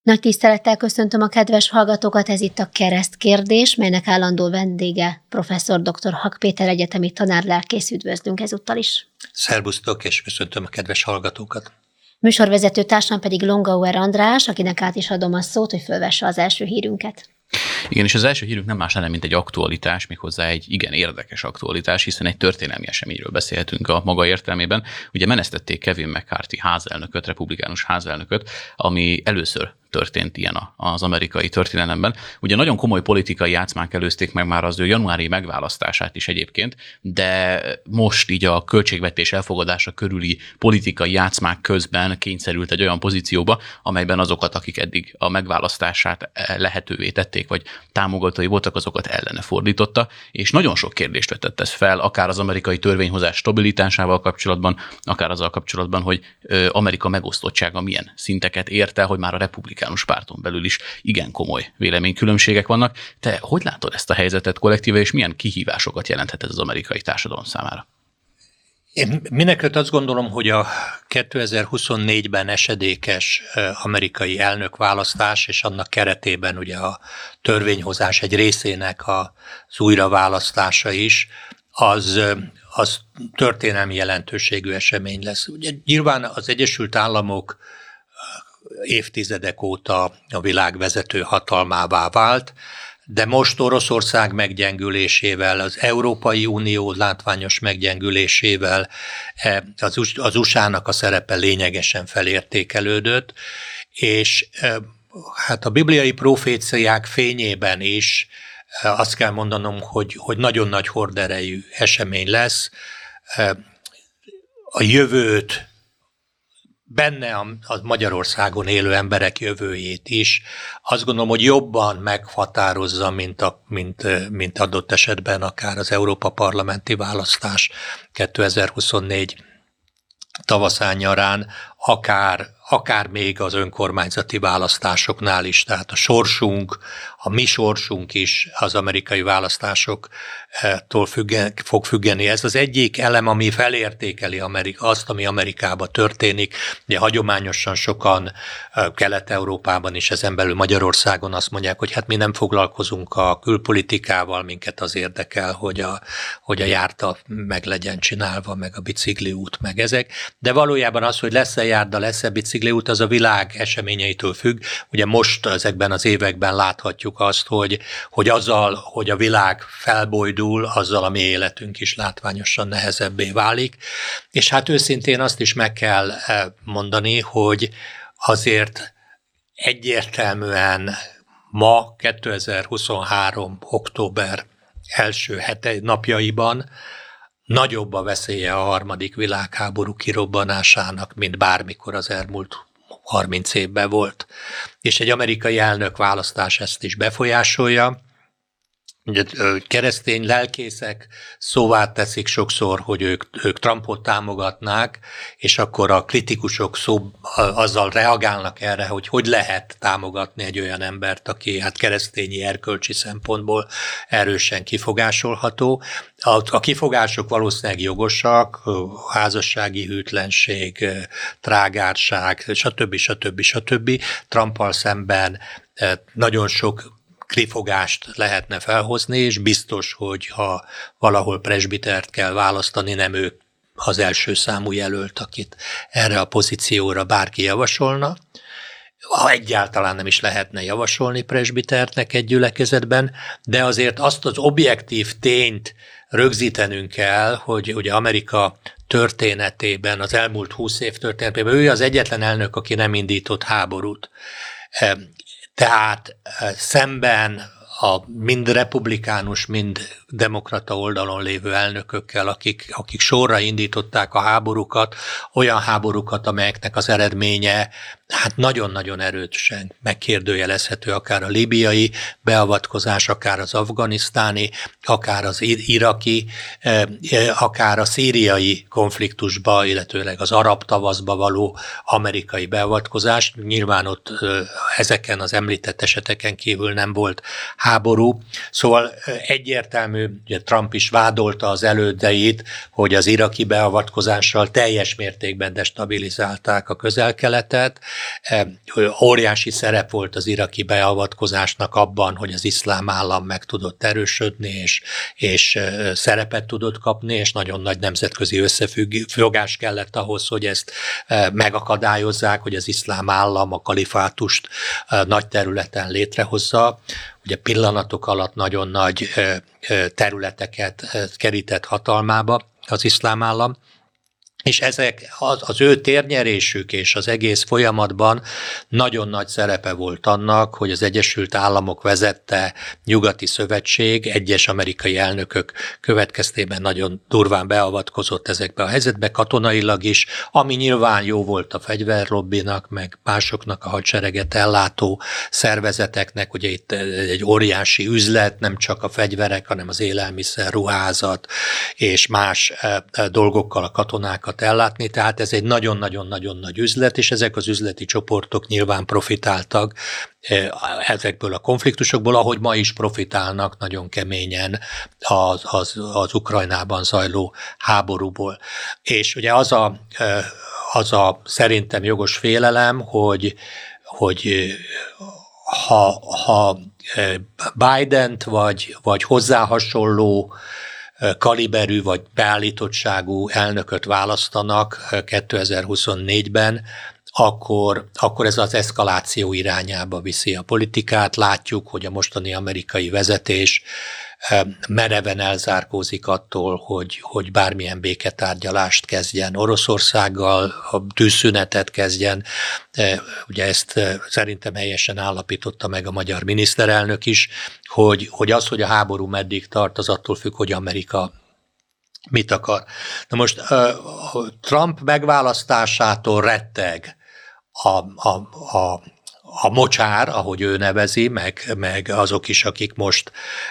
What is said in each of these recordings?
Nagy tisztelettel köszöntöm a kedves hallgatókat, ez itt a Keresztkérdés, melynek állandó vendége professzor dr. Hak Péter egyetemi tanárlelkész, üdvözlünk ezúttal is. Szerbusztok, és köszöntöm a kedves hallgatókat. Műsorvezető társam pedig Longauer András, akinek át is adom a szót, hogy fölvesse az első hírünket. Igen, és az első hírünk nem más lenne, mint egy aktualitás, méghozzá egy igen érdekes aktualitás, hiszen egy történelmi eseményről beszélhetünk a maga értelmében. Ugye menesztették Kevin McCarthy házelnököt, republikánus házelnököt, ami először történt ilyen az amerikai történelemben. Ugye nagyon komoly politikai játszmák előzték meg már az ő januári megválasztását is egyébként, de most így a költségvetés elfogadása körüli politikai játszmák közben kényszerült egy olyan pozícióba, amelyben azokat, akik eddig a megválasztását lehetővé tették, vagy támogatói voltak, azokat ellene fordította, és nagyon sok kérdést vetett ez fel, akár az amerikai törvényhozás stabilitásával kapcsolatban, akár azzal kapcsolatban, hogy Amerika megosztottsága milyen szinteket ért el, hogy már a republikánus párton belül is igen komoly véleménykülönbségek vannak. Te hogy látod ezt a helyzetet kollektíve, és milyen kihívásokat jelenthet ez az amerikai társadalom számára? Én mindenekelőtt azt gondolom, hogy a 2024-ben esedékes amerikai elnökválasztás, és annak keretében ugye a törvényhozás egy részének az újraválasztása is, az történelmi jelentőségű esemény lesz. Ugye nyilván az Egyesült Államok évtizedek óta a világ vezető hatalmává vált, de most Oroszország meggyengülésével, az Európai Unió látványos meggyengülésével az USA-nak a szerepe lényegesen felértékelődött, és hát a bibliai proféciák fényében is azt kell mondanom, hogy nagyon nagy horderejű esemény lesz. A jövőt, benne a Magyarországon élő emberek jövőjét is, azt gondolom, hogy jobban meghatározza, mint adott esetben akár az Európa parlamenti választás 2024 tavaszán-nyarán, akár még az önkormányzati választásoknál is. Tehát a mi sorsunk is az amerikai választásoktól fog függeni. Ez az egyik elem, ami felértékeli azt, ami Amerikában történik. Ugye hagyományosan sokan Kelet-Európában is, ezen belül Magyarországon azt mondják, hogy hát mi nem foglalkozunk a külpolitikával, minket az érdekel, hogy a járta meg legyen csinálva, meg a bicikliút, meg ezek. De valójában az, hogy lesz-e járda, lesz-e bicikliút, az a világ eseményeitől függ. Ugye most ezekben az években láthatjuk azt, hogy azzal, hogy a világ felbojdul, azzal a mi életünk is látványosan nehezebbé válik. És hát őszintén azt is meg kell mondani, hogy azért egyértelműen ma 2023. október első napjaiban nagyobb a veszélye a harmadik világháború kirobbanásának, mint bármikor az elmúlt 30 évben volt. És egy amerikai elnökválasztás ezt is befolyásolja. Ugye keresztény lelkészek szóvá teszik sokszor, hogy ők Trumpot támogatnák, és akkor a kritikusok azzal reagálnak erre, hogy lehet támogatni egy olyan embert, aki hát keresztényi erkölcsi szempontból erősen kifogásolható. A kifogások valószínűleg jogosak, házassági hűtlenség, trágárság, stb. Trumpal szemben nagyon sok kifogást lehetne felhozni, és biztos, hogy ha valahol presbitert kell választani, nem ő az első számú jelölt, akit erre a pozícióra bárki javasolna. Ha egyáltalán nem is lehetne javasolni presbiternek egy gyülekezetben, de azért azt az objektív tényt rögzítenünk kell, hogy ugye Amerika történetében, az elmúlt 20 év történetében ő az egyetlen elnök, aki nem indított háborút. Tehát szemben a mind republikánus, mind demokrata oldalon lévő elnökökkel, akik sorra indították a háborúkat, olyan háborúkat, amelyeknek az eredménye hát nagyon-nagyon erősen megkérdőjelezhető, akár a líbiai beavatkozás, akár az afganisztáni, akár az iraki, akár a szíriai konfliktusba, illetőleg az arab tavaszba való amerikai beavatkozás. Nyilván ott ezeken az említett eseteken kívül nem volt háború. Szóval egyértelmű, ugye Trump is vádolta az elődeit, hogy az iraki beavatkozással teljes mértékben destabilizálták a Közel-Keletet. Óriási szerep volt az iraki beavatkozásnak abban, hogy az iszlám állam meg tudott erősödni, és szerepet tudott kapni, és nagyon nagy nemzetközi összefogás kellett ahhoz, hogy ezt megakadályozzák, hogy az iszlám állam a kalifátust nagy területen létrehozza. Ugye pillanatok alatt nagyon nagy területeket kerített hatalmába az iszlám állam, és ezek az ő térnyerésük és az egész folyamatban nagyon nagy szerepe volt annak, hogy az Egyesült Államok vezette nyugati szövetség, egyes amerikai elnökök következtében nagyon durván beavatkozott ezekbe a helyzetbe, katonailag is, ami nyilván jó volt a fegyverlobbinak, meg másoknak a hadsereget ellátó szervezeteknek, ugye itt egy óriási üzlet, nem csak a fegyverek, hanem az élelmiszer, ruházat és más dolgokkal a katonákat ellátni, tehát ez egy nagyon-nagyon-nagyon nagy üzlet, és ezek az üzleti csoportok nyilván profitáltak ezekből a konfliktusokból, ahogy ma is profitálnak nagyon keményen az Ukrajnában zajló háborúból. És ugye az a szerintem jogos félelem, hogy ha Bident vagy hozzá hasonló kaliberű vagy beállítottságú elnököt választanak 2024-ben, akkor ez az eszkaláció irányába viszi a politikát. Látjuk, hogy a mostani amerikai vezetés mereven elzárkózik attól, hogy bármilyen béketárgyalást kezdjen Oroszországgal, a tűzszünetet kezdjen. Ugye ezt szerintem helyesen állapította meg a magyar miniszterelnök is, hogy az, hogy a háború meddig tart, az attól függ, hogy Amerika mit akar. Na most Trump megválasztásától retteg a mocsár, ahogy ő nevezi, meg azok is, akik most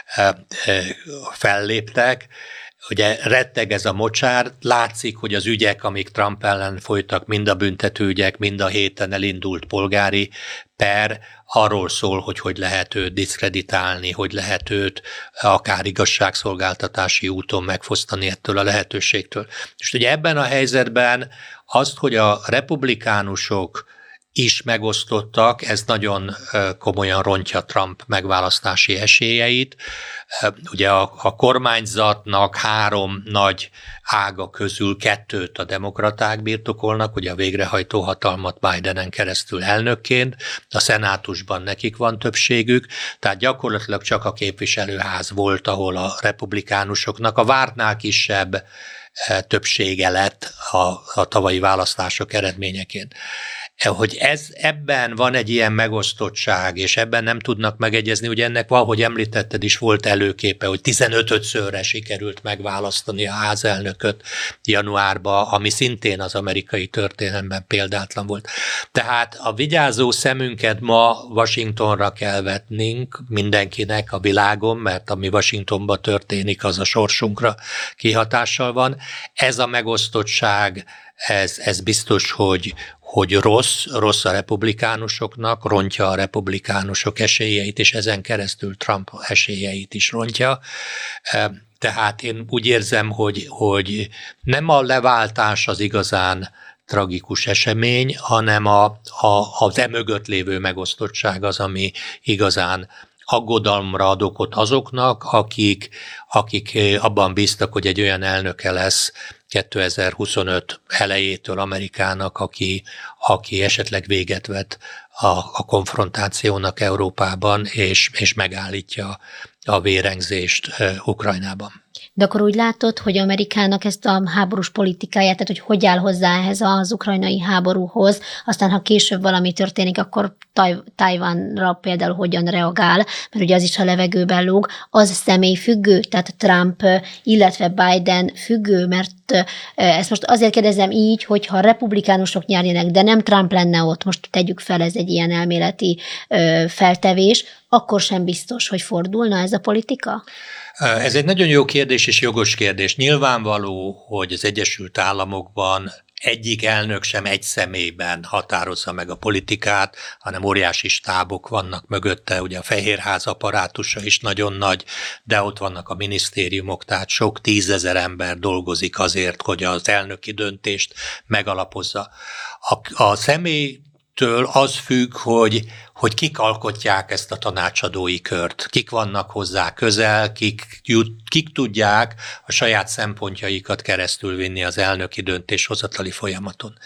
felléptek. Ugye retteg ez a mocsár, látszik, hogy az ügyek, amik Trump ellen folytak, mind a büntetőügyek, mind a héten elindult polgári per, arról szól, hogy lehet őt diszkreditálni, hogy lehet őt akár igazságszolgáltatási úton megfosztani ettől a lehetőségtől. És ugye ebben a helyzetben azt, hogy a republikánusok is megosztottak, ez nagyon komolyan rontja Trump megválasztási esélyeit. Ugye a kormányzatnak 3 nagy ága közül 2 a demokraták birtokolnak, ugye a végrehajtó hatalmat Bidenen keresztül elnökként, a szenátusban nekik van többségük, tehát gyakorlatilag csak a képviselőház volt, ahol a republikánusoknak a vártnál kisebb többsége lett a tavalyi választások eredményeként. Hogy ebben van egy ilyen megosztottság, és ebben nem tudnak megegyezni, ugye ennek valahogy említetted is, volt előképe, hogy 15-szörre sikerült megválasztani a házelnököt januárban, ami szintén az amerikai történelemben példátlan volt. Tehát a vigyázó szemünket ma Washingtonra kell vetnünk mindenkinek a világon, mert ami Washingtonban történik, az a sorsunkra kihatással van. Ez a megosztottság, ez biztos, hogy rossz a republikánusoknak, rontja a republikánusok esélyeit, és ezen keresztül Trump esélyeit is rontja. Tehát én úgy érzem, hogy nem a leváltás az igazán tragikus esemény, hanem az emögött lévő megosztottság az, ami igazán aggodalomra ad okot azoknak, akik abban bíztak, hogy egy olyan elnöke lesz 2025 elejétől Amerikának, aki esetleg véget vet a konfrontációnak Európában, és megállítja a vérengzést Ukrajnában. De akkor úgy látod, hogy Amerikának ezt a háborús politikáját, tehát hogy áll hozzá ehhez az ukrajnai háborúhoz, aztán ha később valami történik, akkor Tajvanra például hogyan reagál, mert ugye az is a levegőben lóg, az személy függő, tehát Trump, illetve Biden függő, mert ezt most azért kérdezem így, hogy ha a republikánusok nyerjenek, de nem Trump lenne ott, most tegyük fel, ez egy ilyen elméleti feltevés, akkor sem biztos, hogy fordulna ez a politika? Ez egy nagyon jó kérdés és jogos kérdés. Nyilvánvaló, hogy az Egyesült Államokban egyik elnök sem egy személyben határozza meg a politikát, hanem óriási stábok vannak mögötte, ugye a Fehérház apparátusa is nagyon nagy, de ott vannak a minisztériumok, tehát sok 10 000 ember dolgozik azért, hogy az elnöki döntést megalapozza. A személytől az függ, hogy kik alkotják ezt a tanácsadói kört, kik vannak hozzá közel, kik tudják a saját szempontjaikat keresztül vinni az elnöki döntéshozatali folyamaton.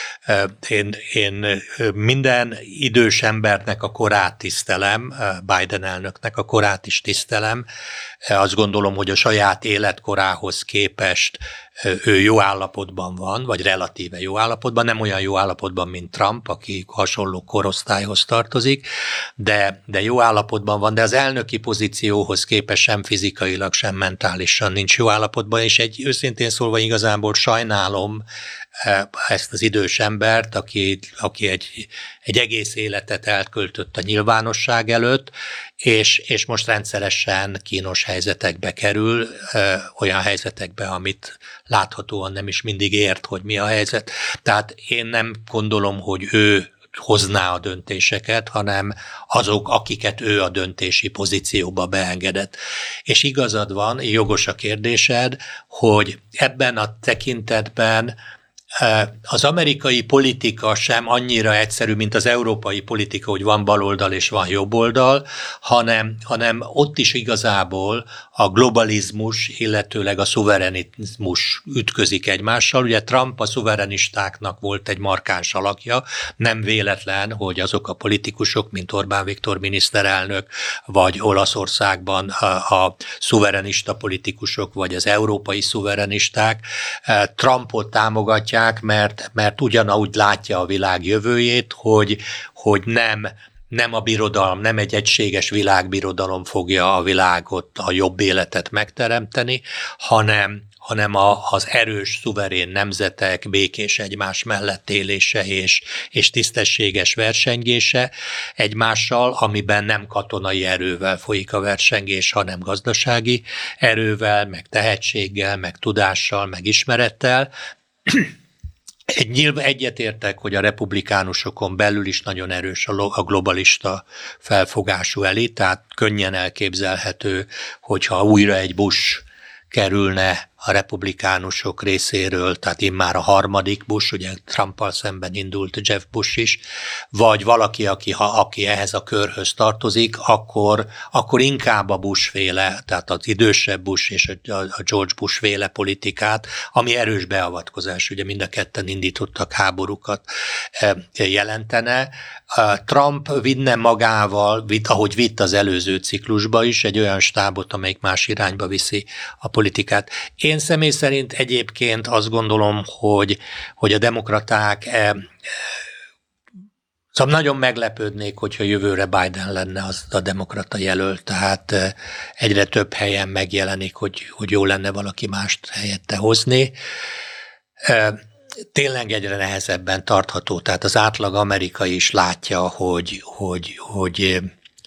Én minden idős embernek a korát tisztelem, Biden elnöknek a korát is tisztelem. Azt gondolom, hogy a saját életkorához képest ő jó állapotban van, vagy relatíve jó állapotban, nem olyan jó állapotban, mint Trump, aki hasonló korosztályhoz tartozik, de jó állapotban van, de az elnöki pozícióhoz képest sem fizikailag, sem mentálisan nincs jó állapotban, és őszintén szólva igazából sajnálom ezt az idős embert, aki egy egész életet elköltött a nyilvánosság előtt, és most rendszeresen kínos helyzetekbe kerül, olyan helyzetekbe, amit láthatóan nem is mindig ért, hogy mi a helyzet. Tehát én nem gondolom, hogy ő hozná a döntéseket, hanem azok, akiket ő a döntési pozícióba beengedett. És igazad van, jogos a kérdésed, hogy ebben a tekintetben az amerikai politika sem annyira egyszerű, mint az európai politika, hogy van baloldal és van jobboldal, hanem ott is igazából a globalizmus, illetőleg a szuverenizmus ütközik egymással. Ugye Trump a szuverenistáknak volt egy markáns alakja, nem véletlen, hogy azok a politikusok, mint Orbán Viktor miniszterelnök, vagy Olaszországban a szuverenista politikusok, vagy az európai szuverenisták Trumpot támogatják, mert ugyanúgy látja a világ jövőjét, hogy nem a birodalom, nem egy egységes világbirodalom fogja a világot, a jobb életet megteremteni, hanem az erős, szuverén nemzetek békés egymás mellett élése és tisztességes versengése egymással, amiben nem katonai erővel folyik a versengés, hanem gazdasági erővel, meg tehetséggel, meg tudással, meg ismerettel. Egyetértek, hogy a republikánusokon belül is nagyon erős a globalista felfogású elit, tehát könnyen elképzelhető, hogyha újra egy Bush kerülne a republikánusok részéről, tehát immár a harmadik Bush, ugye Trumpal szemben indult Jeff Bush is, vagy valaki, aki ehhez a körhöz tartozik, akkor inkább a Bush-féle, tehát az idősebb Bush és a George Bush-féle politikát, ami erős beavatkozás, ugye mind a ketten indítottak háborúkat, jelentene. Trump vinne magával, ahogy vitt az előző ciklusba is, egy olyan stábot, amelyik más irányba viszi a politikát. Én személy szerint egyébként azt gondolom, hogy a demokraták szóval nagyon meglepődnék, hogyha jövőre Biden lenne az a demokrata jelölt, tehát egyre több helyen megjelenik, hogy jó lenne valaki mást helyette hozni. Tényleg egyre nehezebben tartható, tehát az átlag amerikai is látja, hogy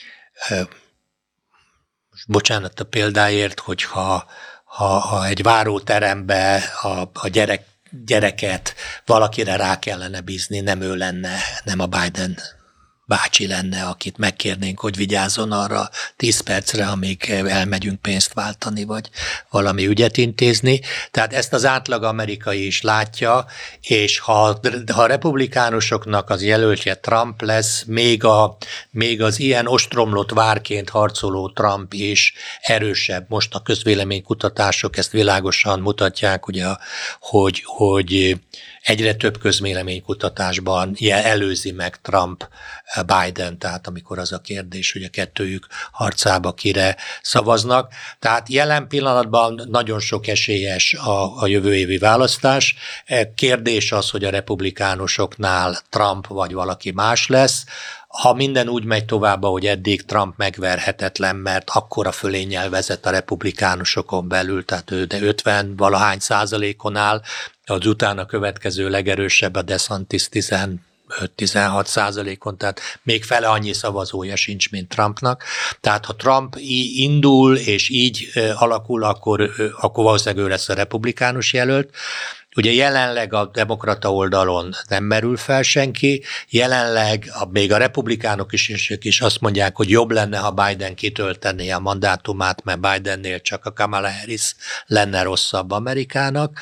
bocsánat a példáért, hogyha egy váróterembe a gyereket valakire rá kellene bízni, nem ő lenne, nem a Biden bácsi lenne, akit megkérnénk, hogy vigyázzon arra 10 percre, amíg elmegyünk pénzt váltani, vagy valami ügyet intézni. Tehát ezt az átlag amerikai is látja, és ha a republikánusoknak az jelöltje Trump lesz, még az ilyen ostromlott várként harcoló Trump is erősebb. Most a közvéleménykutatások ezt világosan mutatják, ugye, hogy egyre több közvéleménykutatásban előzi meg Trump Biden, tehát amikor az a kérdés, hogy a kettőjük harcába kire szavaznak. Tehát jelen pillanatban nagyon sok esélyes a jövő évi választás. Kérdés az, hogy a republikánusoknál Trump vagy valaki más lesz. Ha minden úgy megy tovább, ahogy eddig, Trump megverhetetlen, mert akkora fölénnyel vezet a republikánusokon belül, tehát ő de 50-valahány százalékon áll, az utána következő legerősebb a DeSantis 15-16 százalékon, tehát még fele annyi szavazója sincs, mint Trumpnak. Tehát ha Trump indul és így alakul, akkor valószínűleg ő lesz a republikánus jelölt, Ugye jelenleg a demokrata oldalon nem merül fel senki, jelenleg még a republikánok is azt mondják, hogy jobb lenne, ha Biden kitöltené a mandátumát, mert Bidennél csak a Kamala Harris lenne rosszabb Amerikának,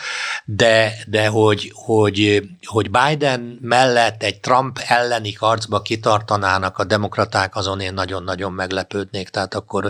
de hogy Biden mellett egy Trump elleni harcba kitartanának a demokraták, azon én nagyon-nagyon meglepődnék, tehát akkor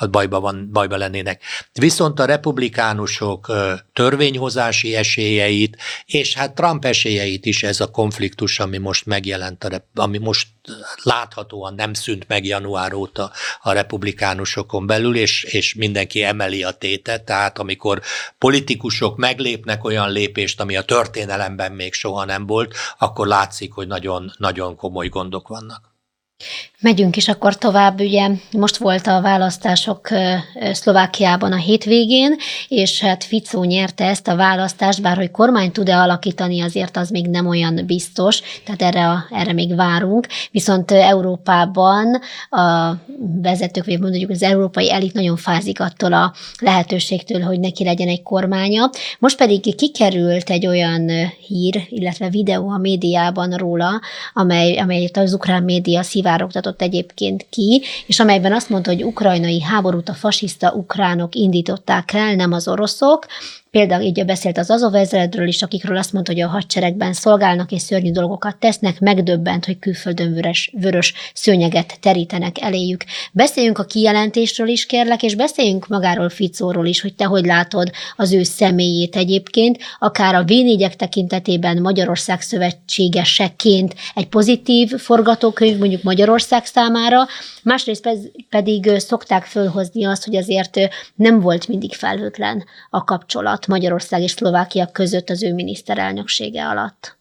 bajba lennének. Viszont a republikánusok törvényhozási esélyeit, és hát Trump esélyeit is ez a konfliktus, ami most megjelent, ami most láthatóan nem szűnt meg január óta a republikánusokon belül, és mindenki emeli a tétet, tehát amikor politikusok meglépnek olyan lépést, ami a történelemben még soha nem volt, akkor látszik, hogy nagyon komoly gondok vannak. Megyünk is akkor tovább, ugye most volt a választások Szlovákiában a hétvégén, és hát Fico nyerte ezt a választást, bár hogy kormány tud-e alakítani, azért az még nem olyan biztos, tehát erre még várunk, viszont Európában a vezetők, vagy mondjuk az európai elit nagyon fázik attól a lehetőségtől, hogy neki legyen egy kormánya. Most pedig kikerült egy olyan hír, illetve videó a médiában róla, amelyet az ukrán média szivárogtatott egyébként ki, és amelyben azt mondta, hogy ukrajnai háborút a fasiszta ukránok indították el, nem az oroszok. Például így beszélt az Azov ezredről is, akikről azt mondta, hogy a hadseregben szolgálnak és szörnyű dolgokat tesznek, megdöbbent, hogy külföldön vörös szőnyeget terítenek eléjük. Beszéljünk a kijelentésről is, kérlek, és beszéljünk magáról, Ficóról is, hogy te hogy látod az ő személyét egyébként, akár a V4-ek tekintetében Magyarország szövetségeseként egy pozitív forgatókönyv mondjuk Magyarország számára, másrészt pedig szokták fölhozni azt, hogy azért nem volt mindig felhőtlen a kapcsolat Magyarország és Szlovákia között az ő miniszterelnöksége alatt.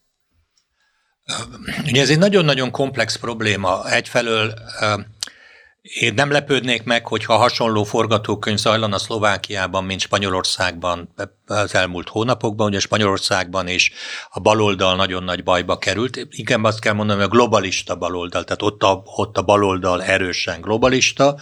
Ugye ez egy nagyon-nagyon komplex probléma. Egyfelől én nem lepődnék meg, hogyha hasonló forgatókönyv zajlana Szlovákiában, mint Spanyolországban az elmúlt hónapokban. Ugye Spanyolországban is a baloldal nagyon nagy bajba került. Inkább azt kell mondanom, hogy a globalista baloldal, tehát ott a baloldal erősen globalista,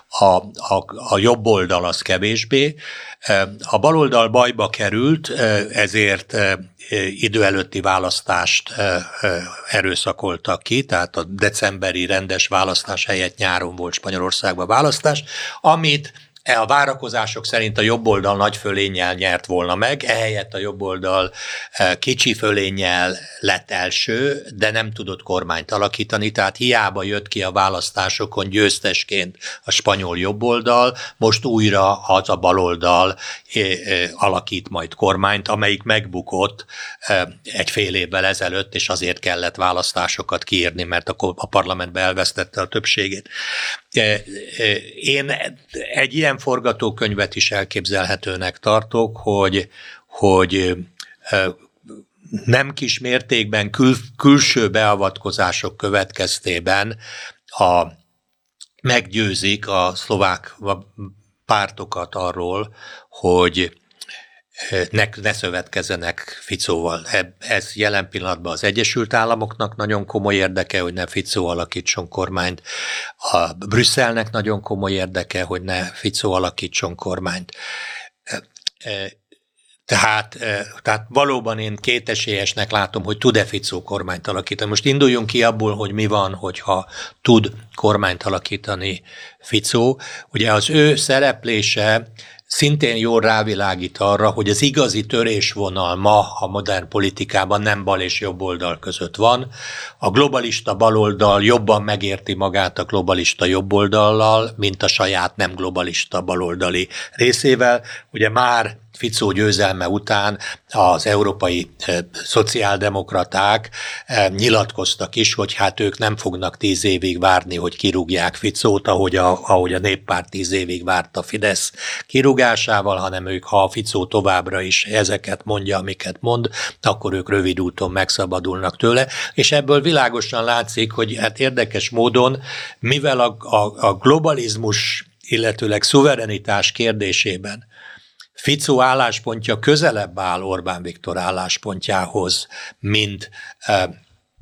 a jobb oldal az kevésbé. A baloldal bajba került, ezért idő előtti választást erőszakoltak ki, tehát a decemberi rendes választás helyett nyáron volt Spanyolországban választás, amit a várakozások szerint a jobboldal nagy fölénnyel nyert volna meg, ehelyett a jobboldal kicsi fölénnyel lett első, de nem tudott kormányt alakítani, tehát hiába jött ki a választásokon győztesként a spanyol jobboldal, most újra az a baloldal alakít majd kormányt, amelyik megbukott egy fél évvel ezelőtt, és azért kellett választásokat kiírni, mert a parlamentbe elvesztette a többségét. Én egy ilyen forgatókönyvet is elképzelhetőnek tartok, hogy nem kis mértékben külső beavatkozások következtében meggyőzik a szlovák pártokat arról, hogy ne szövetkezzenek Ficóval. Ez jelen pillanatban az Egyesült Államoknak nagyon komoly érdeke, hogy ne Ficó alakítson kormányt. A Brüsszelnek nagyon komoly érdeke, hogy ne Ficó alakítson kormányt. Tehát valóban én kétesélyesnek látom, hogy tud-e Ficó kormányt alakítani. Most induljunk ki abból, hogy mi van, hogyha tud kormányt alakítani Ficó. Ugye az ő szereplése szintén jól rávilágít arra, hogy az igazi törésvonal ma a modern politikában nem bal és jobb oldal között van. A globalista baloldal jobban megérti magát a globalista jobb oldallal, mint a saját nem globalista baloldali részével. Ugye már Ficó győzelme után az európai szociáldemokraták nyilatkoztak is, hogy hát ők nem fognak 10 évig várni, hogy kirúgják Ficót, ahogy a néppárt 10 évig várt a Fidesz kirúgásával, hanem ők, ha a Ficó továbbra is ezeket mondja, amiket mond, akkor ők rövid úton megszabadulnak tőle, és ebből világosan látszik, hogy hát érdekes módon, mivel a globalizmus, illetőleg szuverenitás kérdésében Ficó álláspontja közelebb áll Orbán Viktor álláspontjához, mint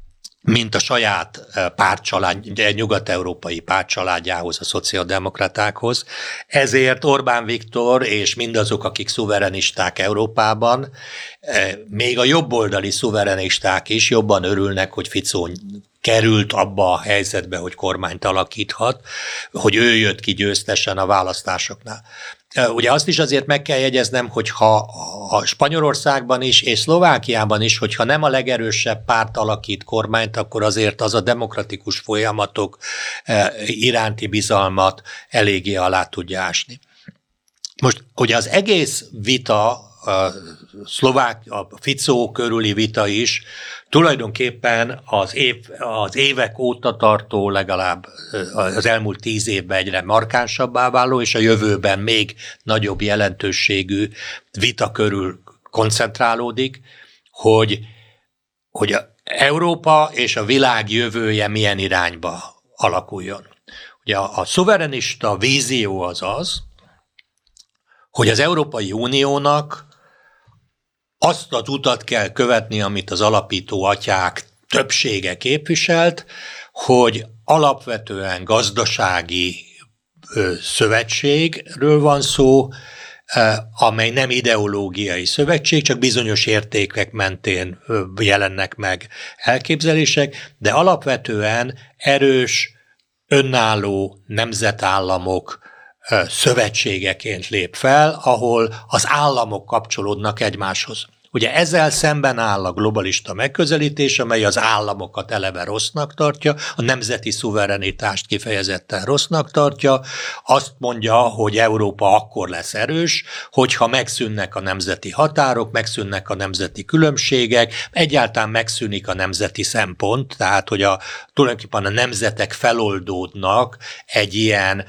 mint a saját nyugat-európai pártcsaládjához, a szociáldemokratákhoz. Ezért Orbán Viktor és mindazok, akik szuverenisták Európában, még a jobboldali szuverenisták is jobban örülnek, hogy Fico került abba a helyzetbe, hogy kormányt alakíthat, hogy ő jött ki győztesen a választásoknál. Ugye azt is azért meg kell jegyeznem, hogy ha a Spanyolországban is és Szlovákiában is, hogyha nem a legerősebb párt alakít kormányt, akkor azért az a demokratikus folyamatok iránti bizalmat eléggé alá tudja ásni. Most ugye az egész vita, a Fico körüli vita is tulajdonképpen az évek óta tartó, legalább az elmúlt 10 évben egyre markánsabbá váló, és a jövőben még nagyobb jelentőségű vita körül koncentrálódik, hogy Európa és a világ jövője milyen irányba alakuljon. Ugye a szuverenista vízió az, hogy az Európai Uniónak azt az utat kell követni, amit az alapító atyák többsége képviselt, hogy alapvetően gazdasági szövetségről van szó, amely nem ideológiai szövetség, csak bizonyos értékek mentén jelennek meg elképzelések, de alapvetően erős, önálló nemzetállamok szövetségeként lép fel, ahol az államok kapcsolódnak egymáshoz. Ugye ezzel szemben áll a globalista megközelítés, amely az államokat eleve rossznak tartja, a nemzeti szuverenitást kifejezetten rossznak tartja, azt mondja, hogy Európa akkor lesz erős, hogyha megszűnnek a nemzeti határok, megszűnnek a nemzeti különbségek, egyáltalán megszűnik a nemzeti szempont, tehát hogy tulajdonképpen a nemzetek feloldódnak egy ilyen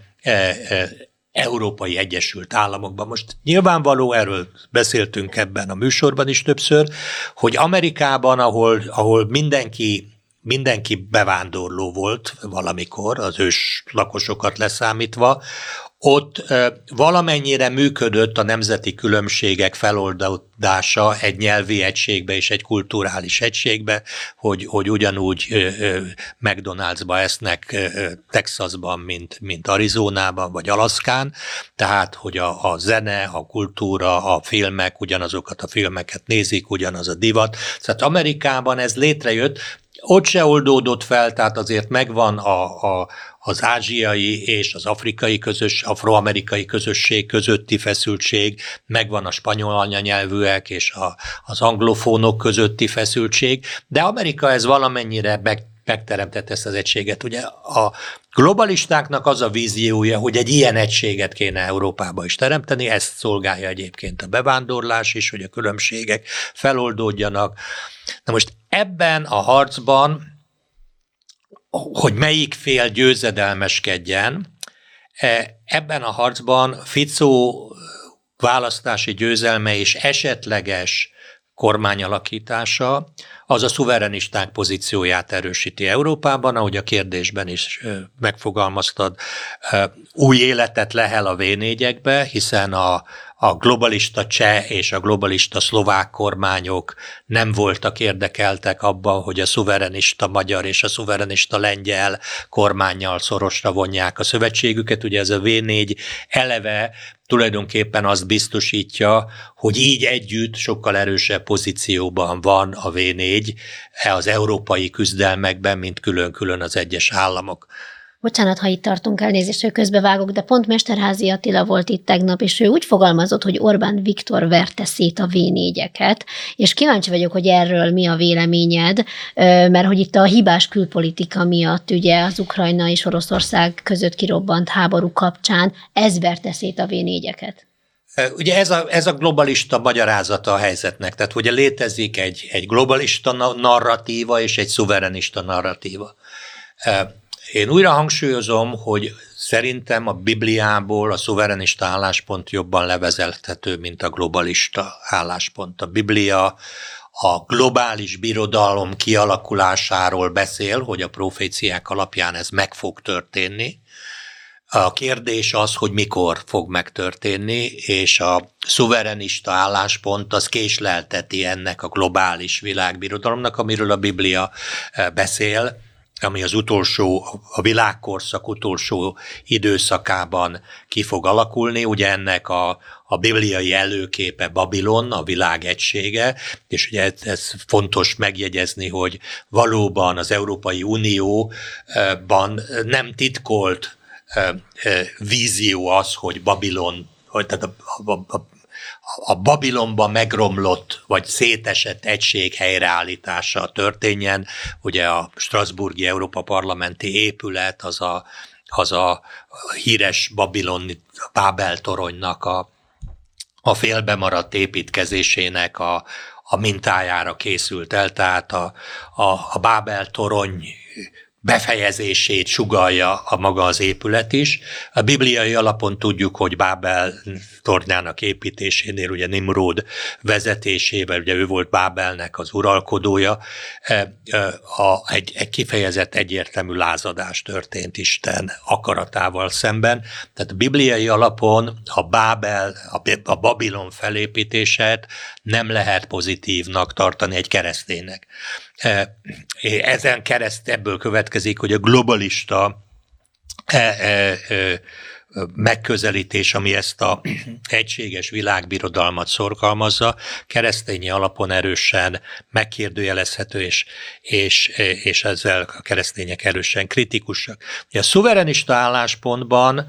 Európai Egyesült Államokban. Most nyilvánvaló, erről beszéltünk ebben a műsorban is többször, hogy Amerikában, ahol mindenki bevándorló volt valamikor, az ős lakosokat leszámítva, ott valamennyire működött a nemzeti különbségek feloldása egy nyelvi egységbe és egy kulturális egységbe, hogy ugyanúgy McDonald'sba esznek Texasban, mint Arizonában vagy Alaszkán, tehát hogy a zene, a kultúra, a filmek, ugyanazokat a filmeket nézik, ugyanaz a divat. Tehát Amerikában ez létrejött, ott se oldódott fel, tehát azért megvan az ázsiai és az afrikai afroamerikai közösség közötti feszültség, megvan a spanyol anyanyelvűek és az anglofónok közötti feszültség, de Amerika ez valamennyire megteremtett ezt az egységet. Ugye a globalistáknak az a víziója, hogy egy ilyen egységet kéne Európába is teremteni, ezt szolgálja egyébként a bevándorlás is, hogy a különbségek feloldódjanak. Na most ebben a harcban, hogy melyik fél győzedelmeskedjen, ebben a harcban Fico választási győzelme és esetleges kormányalakítása az a szuverenisták pozícióját erősíti Európában, ahogy a kérdésben is megfogalmaztad, új életet lehel a V4-ekbe, hiszen a globalista cseh és a globalista szlovák kormányok nem voltak érdekeltek abban, hogy a szuverenista magyar és a szuverenista lengyel kormánnyal szorosra vonják a szövetségüket. Ugye ez a V4 eleve tulajdonképpen azt biztosítja, hogy így együtt sokkal erősebb pozícióban van a V4 az európai küzdelmekben, mint külön-külön az egyes államok. Bocsánat, ha itt tartunk, elnézést, hogy közbevágok, de pont Mesterházy Attila volt itt tegnap, és ő úgy fogalmazott, hogy Orbán Viktor verte szét a V4-eket, és kíváncsi vagyok, hogy erről mi a véleményed, mert hogy itt a hibás külpolitika miatt, ugye az Ukrajna és Oroszország között kirobbant háború kapcsán, ez verte szét a V4-eket. Ugye ez a globalista magyarázata a helyzetnek, tehát ugye létezik egy globalista narratíva és egy szuverenista narratíva. Én újra hangsúlyozom, hogy szerintem a Bibliából a szuverenista álláspont jobban levezethető, mint a globalista álláspont. A Biblia a globális birodalom kialakulásáról beszél, hogy a proféciák alapján ez meg fog történni. A kérdés az, hogy mikor fog megtörténni, és a szuverenista álláspont az késlelteti ennek a globális világbirodalomnak, amiről a Biblia beszél, ami az utolsó, a világkorszak utolsó időszakában ki fog alakulni. Ugye ennek a bibliai előképe Babilon, a világ egysége, és ugye ez fontos megjegyezni, hogy valóban az Európai Unióban nem titkolt vízió az, hogy Babilon, tehát a Babilonban megromlott vagy szétesett egység helyreállítása történjen. Ugye a strasbourgi Európa Parlamenti épület az a híres babiloni Bábel toronynak a félbemaradt építkezésének a mintájára készült el, tehát a Bábel torony befejezését sugallja a maga az épület is. A bibliai alapon tudjuk, hogy Bábel tornyának építésénél ugye Nimród vezetésével, ugye ő volt Bábelnek az uralkodója, egy kifejezett egyértelmű lázadás történt Isten akaratával szemben. Tehát a bibliai alapon a Babilon felépítését nem lehet pozitívnak tartani egy kereszténynek. Ebből következik, hogy a globalista megközelítés, ami ezt a egységes világbirodalmat szorgalmazza, keresztényi alapon erősen megkérdőjelezhető, és ezzel a keresztények erősen kritikusak. A szuverenista álláspontban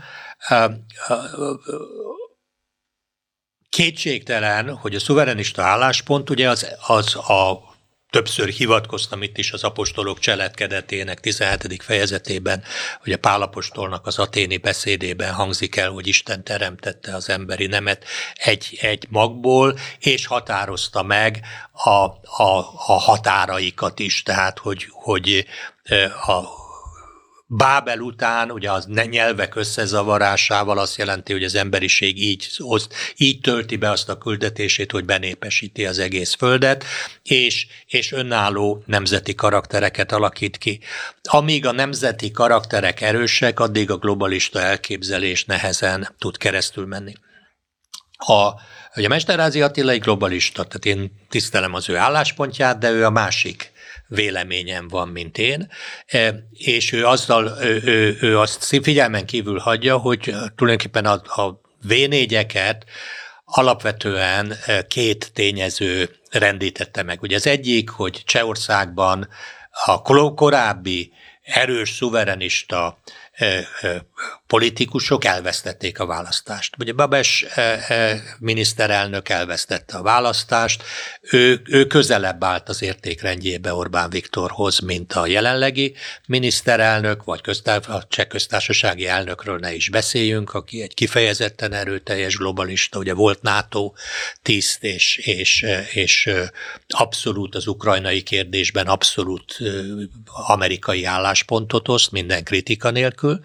kétségtelen, hogy a szuverenista álláspont ugye az a többször hivatkoztam itt is az apostolok cselekedetének 17. fejezetében, hogy a Pál apostolnak az aténi beszédében hangzik el, hogy Isten teremtette az emberi nemet egy magból, és határozta meg a határaikat is, tehát hogy a Bábel után, ugye az nyelvek összezavarásával azt jelenti, hogy az emberiség így tölti be azt a küldetését, hogy benépesíti az egész földet, és önálló nemzeti karaktereket alakít ki. Amíg a nemzeti karakterek erősek, addig a globalista elképzelés nehezen tud keresztül menni. Ugye Mesterházy Attila egy globalista, tehát én tisztelem az ő álláspontját, de ő a másik véleményem van, mint én, és ő azt figyelmen kívül hagyja, hogy tulajdonképpen a V4-eket alapvetően két tényező rendítette meg. Ugye az egyik, hogy Csehországban a korábbi erős, szuverenista politikusok elvesztették a választást. Ugye Babes miniszterelnök elvesztette a választást, ő közelebb állt az értékrendjébe Orbán Viktorhoz, mint a jelenlegi miniszterelnök, vagy a cseh köztársasági elnökről ne is beszéljünk, aki egy kifejezetten erőteljes globalista, ugye volt NATO tiszt, és abszolút az ukrajnai kérdésben abszolút amerikai álláspontot oszt, minden kritika nélkül.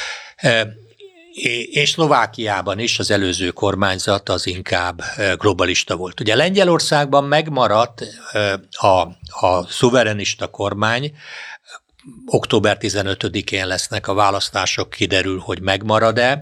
És Szlovákiában is az előző kormányzat az inkább globalista volt. Ugye Lengyelországban megmaradt a szuverenista kormány, október 15-én lesznek a választások, kiderül, hogy megmarad-e.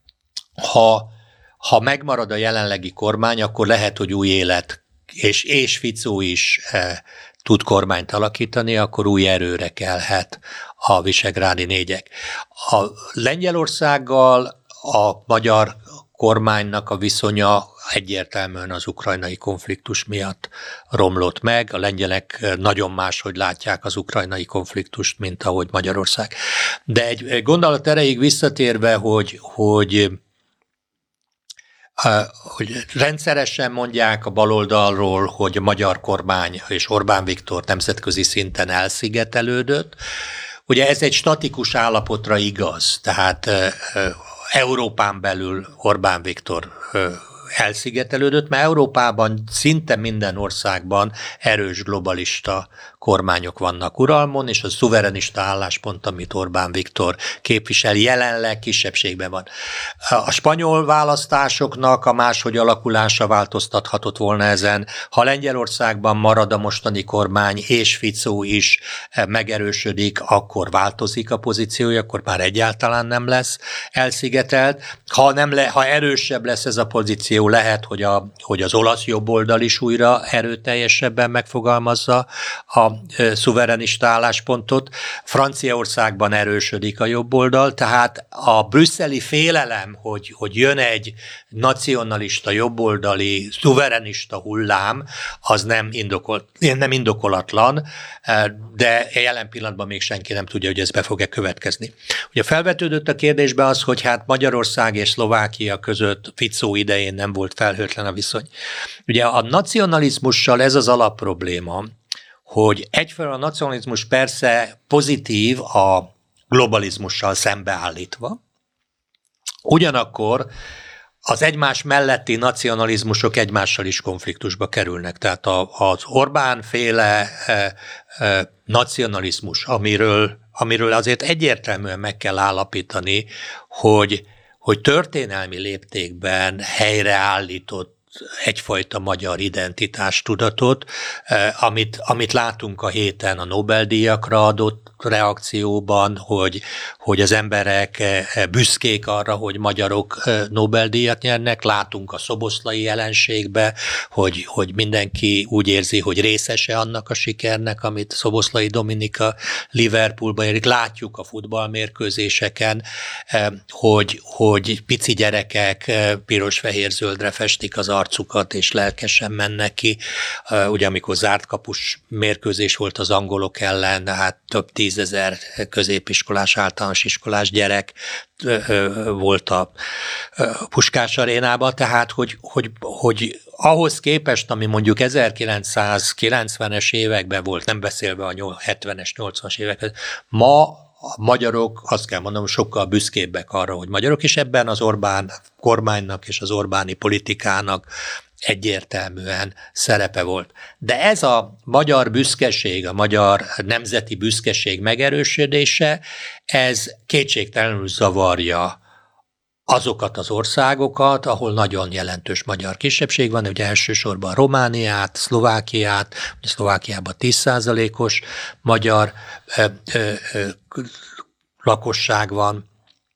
Ha megmarad a jelenlegi kormány, akkor lehet, hogy új élet, és Ficó is tud kormányt alakítani, akkor új erőre kelhet a visegrádi négyek. A Lengyelországgal a magyar kormánynak a viszonya egyértelműen az ukrajnai konfliktus miatt romlott meg. A lengyelek nagyon máshogy látják az ukrajnai konfliktust, mint ahogy Magyarország. De egy gondolat erejéig visszatérve, hogy rendszeresen mondják a baloldalról, hogy a magyar kormány és Orbán Viktor nemzetközi szinten elszigetelődött. Ugye ez egy statikus állapotra igaz, tehát Európán belül Orbán Viktor elszigetelődött, mert Európában szinte minden országban erős globalista kormányok vannak uralmon, és a szuverenista álláspont, amit Orbán Viktor képvisel, jelenleg kisebbségben van. A spanyol választásoknak a máshogy alakulása változtathatott volna ezen. Ha Lengyelországban marad a mostani kormány, és Fico is megerősödik, akkor változik a pozíciója, akkor már egyáltalán nem lesz elszigetelt. Ha erősebb lesz ez a pozíció, lehet, hogy az olasz jobboldal is újra erőteljesebben megfogalmazza a szuverenista álláspontot. Franciaországban erősödik a jobboldal, tehát a brüsszeli félelem, hogy jön egy nacionalista, jobboldali, szuverenista hullám, az nem indokolatlan, de jelen pillanatban még senki nem tudja, hogy ez be fog-e következni. Ugye felvetődött a kérdésbe az, hogy hát Magyarország és Szlovákia között Fico idején nem volt felhőtlen a viszony. Ugye a nacionalizmussal ez az alapprobléma, hogy egyfelől a nacionalizmus persze pozitív a globalizmussal szembeállítva, ugyanakkor az egymás melletti nacionalizmusok egymással is konfliktusba kerülnek. Tehát az Orbán-féle nacionalizmus, amiről azért egyértelműen meg kell állapítani, hogy történelmi léptékben helyreállított egyfajta magyar identitástudatot, amit látunk a héten a Nobel-díjakra adott reakcióban, hogy az emberek büszkék arra, hogy magyarok Nobel-díjat nyernek, látunk a szoboszlai jelenségbe, hogy mindenki úgy érzi, hogy részese annak a sikernek, amit Szoboszlai Dominika Liverpoolban érik. Látjuk a futballmérkőzéseken, hogy pici gyerekek piros-fehér-zöldre festik az arcukat, és lelkesen mennek ki. Ugye amikor zárt kapus mérkőzés volt az angolok ellen, hát több 10 000 középiskolás, általános iskolás gyerek volt a Puskás arénában, tehát hogy ahhoz képest, ami mondjuk 1990-es években volt, nem beszélve a 70-es, 80-as években, ma a magyarok, azt kell mondanom, sokkal büszkébbek arra, hogy magyarok, és ebben az Orbán kormánynak és az Orbáni politikának egyértelműen szerepe volt. De ez a magyar büszkeség, a magyar nemzeti büszkeség megerősödése, ez kétségtelenül zavarja azokat az országokat, ahol nagyon jelentős magyar kisebbség van, ugye elsősorban Romániát, Szlovákiát, Szlovákiában 10%-os magyar lakosság van,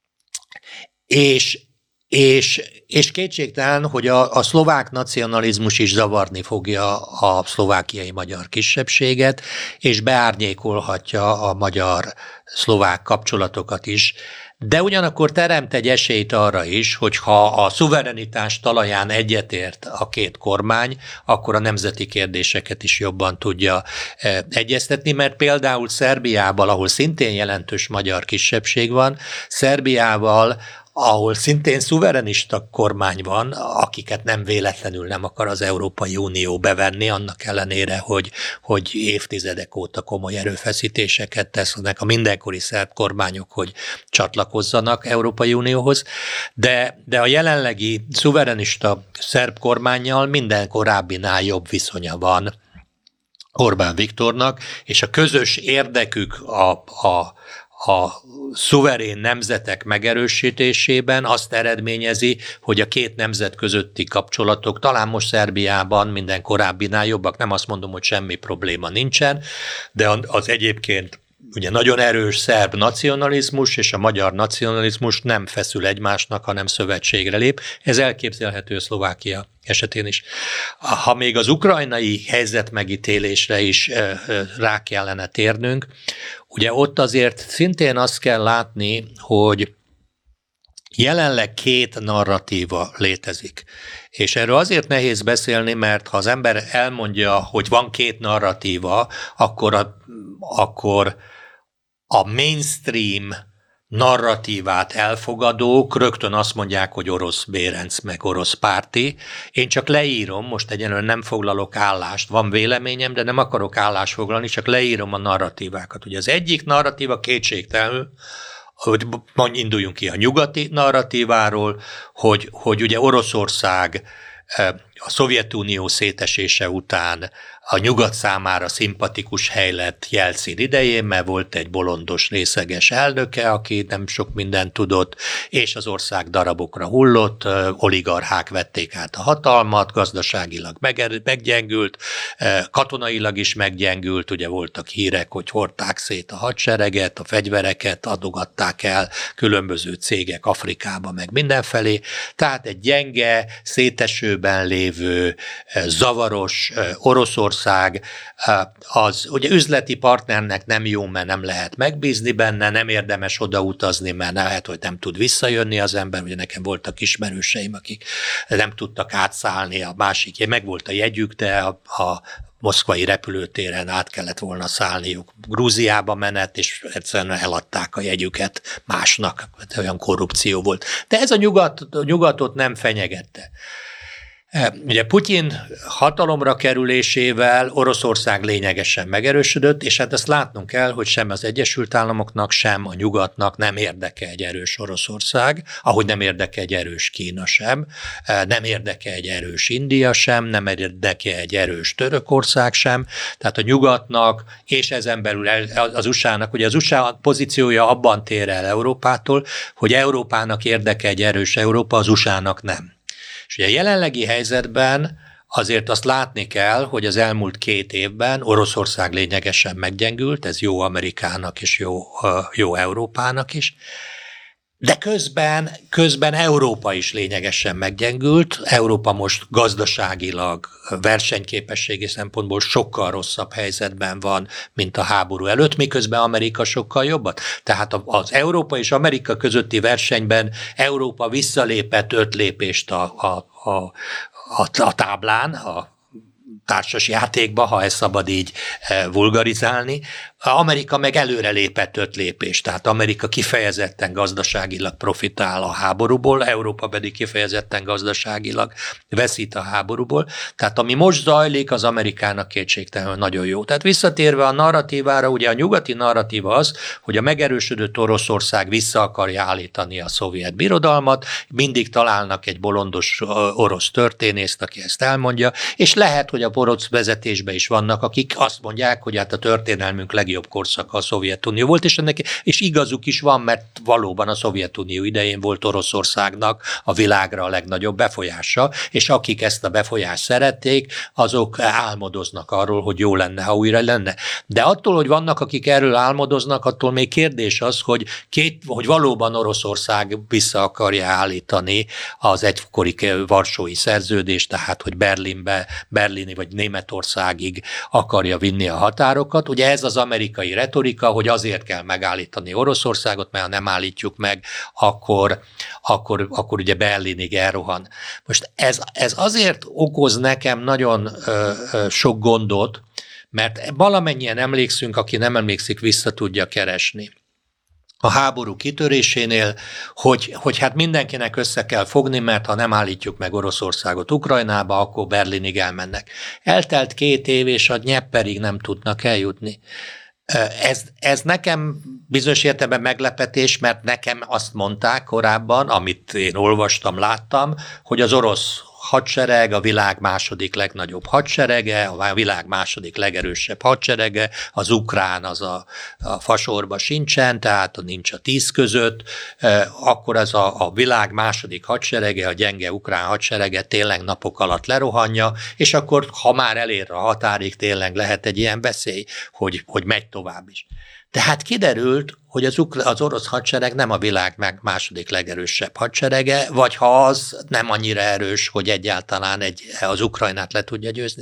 és kétségtelen, hogy a szlovák nacionalizmus is zavarni fogja a szlovákiai magyar kisebbséget, és beárnyékolhatja a magyar-szlovák kapcsolatokat is, de ugyanakkor teremt egy esélyt arra is, hogy ha a szuverenitás talaján egyetért a két kormány, akkor a nemzeti kérdéseket is jobban tudja egyeztetni, mert például Szerbiával, ahol szintén jelentős magyar kisebbség van, Szerbiával, ahol szintén szuverenista kormány van, akiket nem véletlenül nem akar az Európai Unió bevenni, annak ellenére, hogy évtizedek óta komoly erőfeszítéseket tesznek a mindenkori szerb kormányok, hogy csatlakozzanak Európai Unióhoz, de a jelenlegi szuverenista szerb kormánnyal minden korábbinál jobb viszonya van Orbán Viktornak, és a közös érdekük a szuverén nemzetek megerősítésében azt eredményezi, hogy a két nemzet közötti kapcsolatok talán most Szerbiában minden korábbinál jobbak. Nem azt mondom, hogy semmi probléma nincsen, de az egyébként ugye nagyon erős szerb nacionalizmus és a magyar nacionalizmus nem feszül egymásnak, hanem szövetségre lép. Ez elképzelhető Szlovákia esetén is. Ha még az ukrajnai helyzet megítélésre is rá kellene térnünk, ugye ott azért szintén azt kell látni, hogy jelenleg két narratíva létezik. És erről azért nehéz beszélni, mert ha az ember elmondja, hogy van két narratíva, akkor a mainstream narratívát elfogadók rögtön azt mondják, hogy orosz Bérenc meg orosz párti. Én csak leírom, most egyenlően nem foglalok állást, van véleményem, de nem akarok állást foglalni, csak leírom a narratívákat. Ugye az egyik narratíva kétségtelenül hogy induljunk ki a nyugati narratíváról, hogy ugye Oroszország a Szovjetunió szétesése után a nyugat számára szimpatikus hely lett Jelcin idején, mert volt egy bolondos, részeges elnöke, aki nem sok mindent tudott, és az ország darabokra hullott, oligarchák vették át a hatalmat, gazdaságilag meggyengült, katonailag is meggyengült, ugye voltak hírek, hogy hordták szét a hadsereget, a fegyvereket adogatták el különböző cégek Afrikába, meg mindenfelé, tehát egy gyenge, szétesőben lévő, zavaros Oroszország, az ugye üzleti partnernek nem jó, mert nem lehet megbízni benne, nem érdemes odautazni, mert lehet, hogy nem tud visszajönni az ember, ugye nekem voltak ismerőseim, akik nem tudtak átszállni a másik, meg volt a jegyük, de a moszkvai repülőtéren át kellett volna szállniuk Grúziába menet, és egyszerűen eladták a jegyüket másnak, olyan korrupció volt. De ez a nyugatot nem fenyegette. Ugye Putyin hatalomra kerülésével Oroszország lényegesen megerősödött, és hát ezt látnunk kell, hogy sem az Egyesült Államoknak, sem a nyugatnak nem érdeke egy erős Oroszország, ahogy nem érdeke egy erős Kína sem, nem érdeke egy erős India sem, nem érdeke egy erős Törökország sem, tehát a nyugatnak, és ezen belül az USA-nak, ugye az USA pozíciója abban tér el Európától, hogy Európának érdeke egy erős Európa, az USA-nak nem. És ugye a jelenlegi helyzetben azért azt látni kell, hogy az elmúlt 2 évben Oroszország lényegesen meggyengült, ez jó Amerikának és jó Európának is, de közben Európa is lényegesen meggyengült. Európa most gazdaságilag, versenyképességi szempontból sokkal rosszabb helyzetben van, mint a háború előtt, miközben Amerika sokkal jobbat. Tehát az Európa és Amerika közötti versenyben Európa visszalépett 5 lépést a táblán, a társas játékba, ha ezt szabad így vulgarizálni. Amerika meg előre lépett 5 lépést, tehát Amerika kifejezetten gazdaságilag profitál a háborúból, Európa pedig kifejezetten gazdaságilag veszít a háborúból. Tehát ami most zajlik, az Amerikának kétségtelenül nagyon jó. Tehát visszatérve a narratívára, ugye a nyugati narratíva az, hogy a megerősödött Oroszország vissza akarja állítani a szovjet birodalmat, mindig találnak egy bolondos orosz történészt, aki ezt elmondja, és lehet, hogy a orosz vezetésben is vannak, akik azt mondják, hogy hát a történelmünk legjobb korszaka a Szovjetunió volt, és igazuk is van, mert valóban a Szovjetunió idején volt Oroszországnak a világra a legnagyobb befolyása, és akik ezt a befolyást szerették, azok álmodoznak arról, hogy jó lenne, ha újra lenne. De attól, hogy vannak, akik erről álmodoznak, attól még kérdés az, hogy valóban Oroszország vissza akarja állítani az egykori varsói szerződést, tehát hogy berlini vagy Németországig akarja vinni a határokat. Ugye ez az amerikai retorika, hogy azért kell megállítani Oroszországot, mert ha nem állítjuk meg, akkor ugye Berlinig elrohan. Most ez azért okoz nekem nagyon sok gondot, mert valamennyien emlékszünk, aki nem emlékszik, vissza tudja keresni a háború kitörésénél, hogy hát mindenkinek össze kell fogni, mert ha nem állítjuk meg Oroszországot Ukrajnába, akkor Berlinig elmennek. Eltelt 2 év, és a Dnyeperig nem tudnak eljutni. Ez nekem bizonyos értelemben meglepetés, mert nekem azt mondták korábban, amit én olvastam, láttam, hogy az orosz hadsereg a világ második legnagyobb hadserege, a világ második legerősebb hadserege, az ukrán az a fasorba sincsen, tehát nincs a 10 között, akkor ez a világ második hadserege, a gyenge ukrán hadserege tényleg napok alatt lerohanja, és akkor, ha már elér a határig, tényleg lehet egy ilyen veszély, hogy megy tovább is. Tehát kiderült, hogy az orosz hadsereg nem a világ második legerősebb hadserege, vagy ha az nem annyira erős, hogy egyáltalán az Ukrajnát le tudja győzni.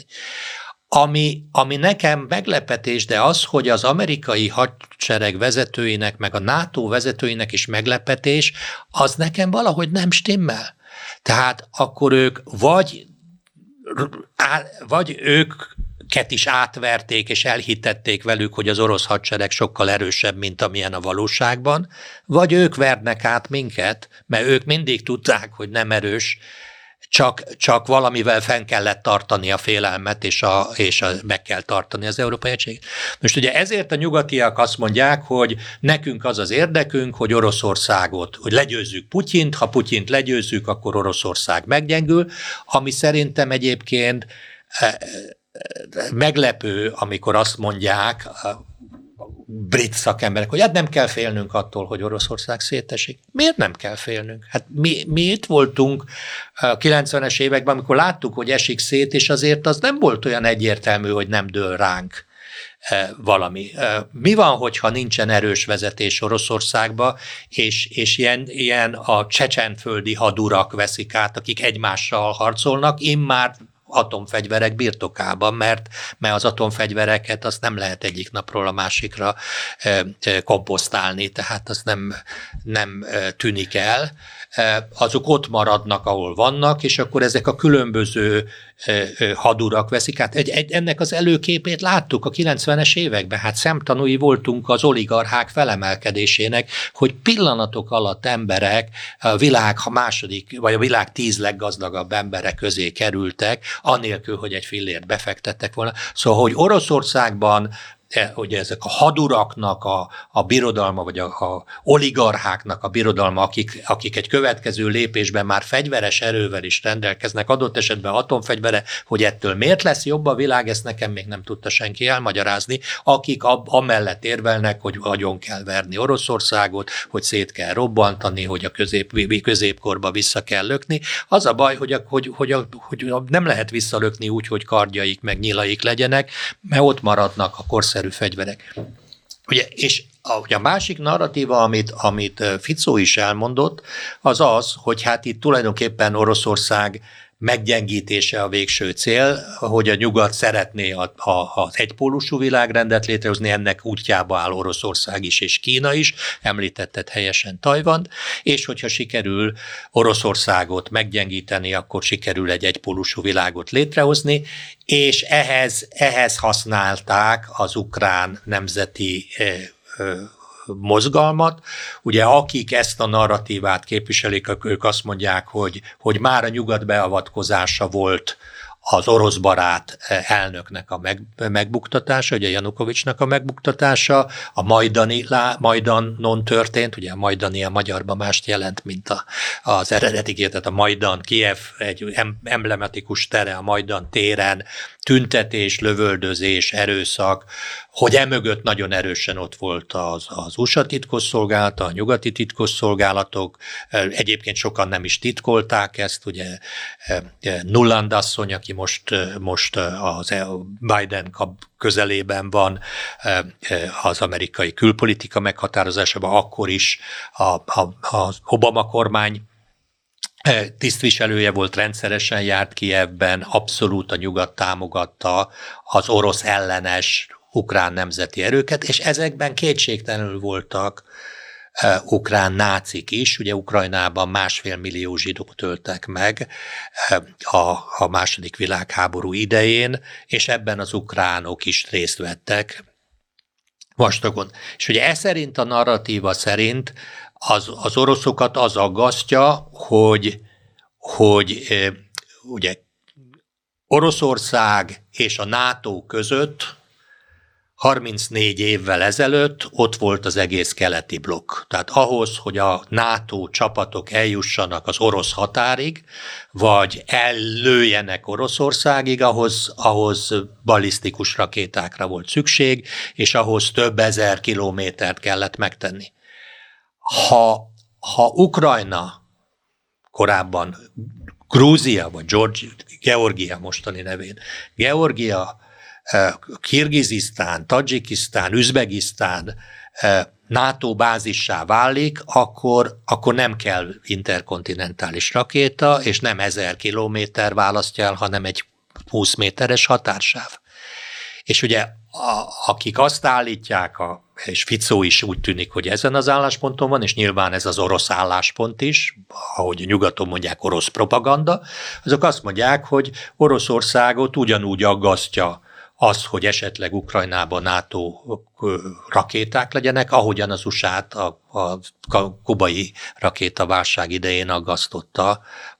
Ami nekem meglepetés, de az, hogy az amerikai hadsereg vezetőinek, meg a NATO vezetőinek is meglepetés, az nekem valahogy nem stimmel. Tehát akkor ők vagy őket is átverték és elhitették velük, hogy az orosz hadsereg sokkal erősebb, mint amilyen a valóságban, vagy ők vernek át minket, mert ők mindig tudták, hogy nem erős, csak valamivel fenn kellett tartani a félelmet, és meg kell tartani az európai egységet. Most ugye ezért a nyugatiak azt mondják, hogy nekünk az az érdekünk, hogy Oroszországot, hogy legyőzzük Putyint, ha Putyint legyőzzük, akkor Oroszország meggyengül, ami szerintem egyébként meglepő, amikor azt mondják brit szakemberek, hogy hát nem kell félnünk attól, hogy Oroszország szétesik. Miért nem kell félnünk? Hát mi itt voltunk a 90-es években, amikor láttuk, hogy esik szét, és azért az nem volt olyan egyértelmű, hogy nem dől ránk valami. Mi van, hogyha nincsen erős vezetés Oroszországba, és ilyen a csecsenföldi hadurak veszik át, akik egymással harcolnak, immár atomfegyverek birtokában, mert az atomfegyvereket azt nem lehet egyik napról a másikra komposztálni, tehát az nem tűnik el. Azok ott maradnak, ahol vannak, és akkor ezek a különböző hadurak veszik át. Ennek az előképét láttuk a 90-es években, hát szemtanúi voltunk az oligarchák felemelkedésének, hogy pillanatok alatt emberek a világ második, vagy a világ 10 leggazdagabb emberek közé kerültek, anélkül, hogy egy fillért befektettek volna. Szóval, hogy Oroszországban hogy ezek a haduraknak a birodalma, vagy a oligarcháknak a birodalma, akik egy következő lépésben már fegyveres erővel is rendelkeznek, adott esetben atomfegyvere, hogy ettől miért lesz jobb a világ, ezt nekem még nem tudta senki elmagyarázni, akik amellett érvelnek, hogy agyon kell verni Oroszországot, hogy szét kell robbantani, hogy a középkorba vissza kell lökni. Az a baj, hogy nem lehet visszalökni úgy, hogy kardjaik meg nyilaik legyenek, mert ott maradnak a korszerű fegyverek. Ugye, és a másik narratíva, amit Fico is elmondott, az, hogy hát itt tulajdonképpen Oroszország meggyengítése a végső cél, hogy a nyugat szeretné az egypólusú világrendet létrehozni, ennek útjába áll Oroszország is és Kína is, említetted helyesen Tajvant, és hogyha sikerül Oroszországot meggyengíteni, akkor sikerül egy egypólusú világot létrehozni, és ehhez használták az ukrán nemzeti mozgalmat. Ugye akik ezt a narratívát képviselik, ők azt mondják, hogy már a nyugat beavatkozása volt az orosz barát elnöknek a megbuktatása, ugye Janukovicsnak a megbuktatása, a Majdanon történt, ugye a Majdani a magyarban mást jelent, mint az eredeti, tehát a Majdan, Kijev egy emblematikus tere a Majdan téren, tüntetés, lövöldözés, erőszak, hogy emögött nagyon erősen ott volt az USA titkosszolgálata, a nyugati titkosszolgálatok, egyébként sokan nem is titkolták ezt, ugye Nuland asszony, aki most az Biden közelében van az amerikai külpolitika meghatározásában, akkor is az Obama kormány tisztviselője volt, rendszeresen járt Kijevben, abszolút a nyugat támogatta az orosz ellenes ukrán nemzeti erőket, és ezekben kétségtelenül voltak ukrán nácik is, ugye Ukrajnában 1,5 millió zsidót öltek meg a második világháború idején, és ebben az ukránok is részt vettek vastagon. És ugye ez szerint a narratíva szerint az oroszokat az aggasztja, hogy ugye Oroszország és a NATO között 34 évvel ezelőtt ott volt az egész keleti blokk. Tehát ahhoz, hogy a NATO csapatok eljussanak az orosz határig, vagy ellőjenek Oroszországig, ahhoz balisztikus rakétákra volt szükség, és ahhoz több ezer kilométert kellett megtenni. Ha Ukrajna, korábban Grúzia, vagy Georgia mostani nevén, Georgia, Kirgizisztán, Tadzsikisztán, Üzbegisztán NATO bázissá válik, akkor nem kell interkontinentális rakéta, és nem 1000 kilométer választja el, hanem egy 20 méteres határsáv. És ugye akik azt állítják, és Fico is úgy tűnik, hogy ezen az állásponton van, és nyilván ez az orosz álláspont is, ahogy nyugaton mondják, orosz propaganda, azok azt mondják, hogy Oroszországot ugyanúgy aggasztja az, hogy esetleg Ukrajnában NATO rakéták legyenek, ahogyan az USA-t a kubai rakétaválság idején aggasztotta,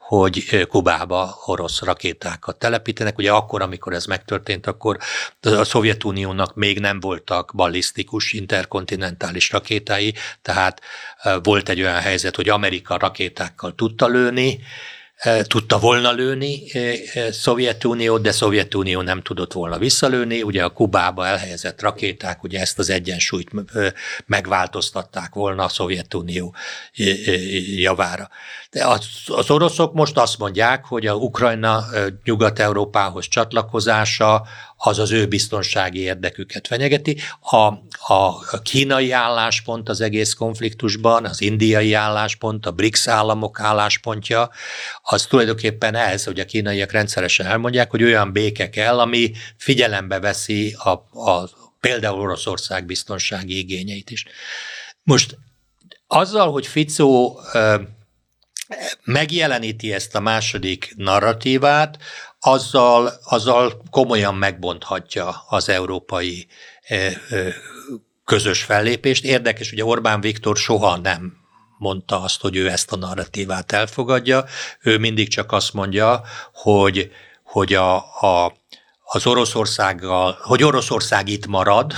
hogy Kubába orosz rakétákat telepítenek. Ugye akkor, amikor ez megtörtént, akkor a Szovjetuniónak még nem voltak ballisztikus interkontinentális rakétái, tehát volt egy olyan helyzet, hogy Amerika rakétákkal tudta volna lőni Szovjetuniót, de Szovjetunió nem tudott volna visszalőni. Ugye a Kubába elhelyezett rakéták ugye ezt az egyensúlyt megváltoztatták volna a Szovjetunió javára. De az oroszok most azt mondják, hogy a Ukrajna Nyugat-Európához csatlakozása az az ő biztonsági érdeküket fenyegeti. A kínai álláspont az egész konfliktusban, az indiai álláspont, a BRICS államok álláspontja, az tulajdonképpen ez, hogy a kínaiak rendszeresen elmondják, hogy olyan béke kell, ami figyelembe veszi például Oroszország biztonsági igényeit is. Most azzal, hogy Fico megjeleníti ezt a második narratívát, azzal komolyan megbonthatja az európai közös fellépést. Érdekes, ugye Orbán Viktor soha nem mondta azt, hogy ő ezt a narratívát elfogadja. Ő mindig csak azt mondja, hogy az Oroszországgal, hogy Oroszország itt marad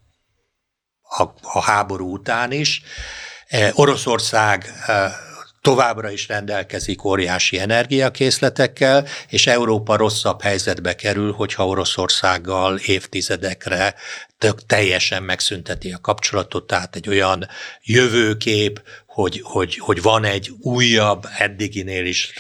a háború után is. Oroszország továbbra is rendelkezik óriási energiakészletekkel, és Európa rosszabb helyzetbe kerül, hogyha Oroszországgal évtizedekre teljesen megszünteti a kapcsolatot, tehát egy olyan jövőkép, hogy van egy újabb, eddiginél is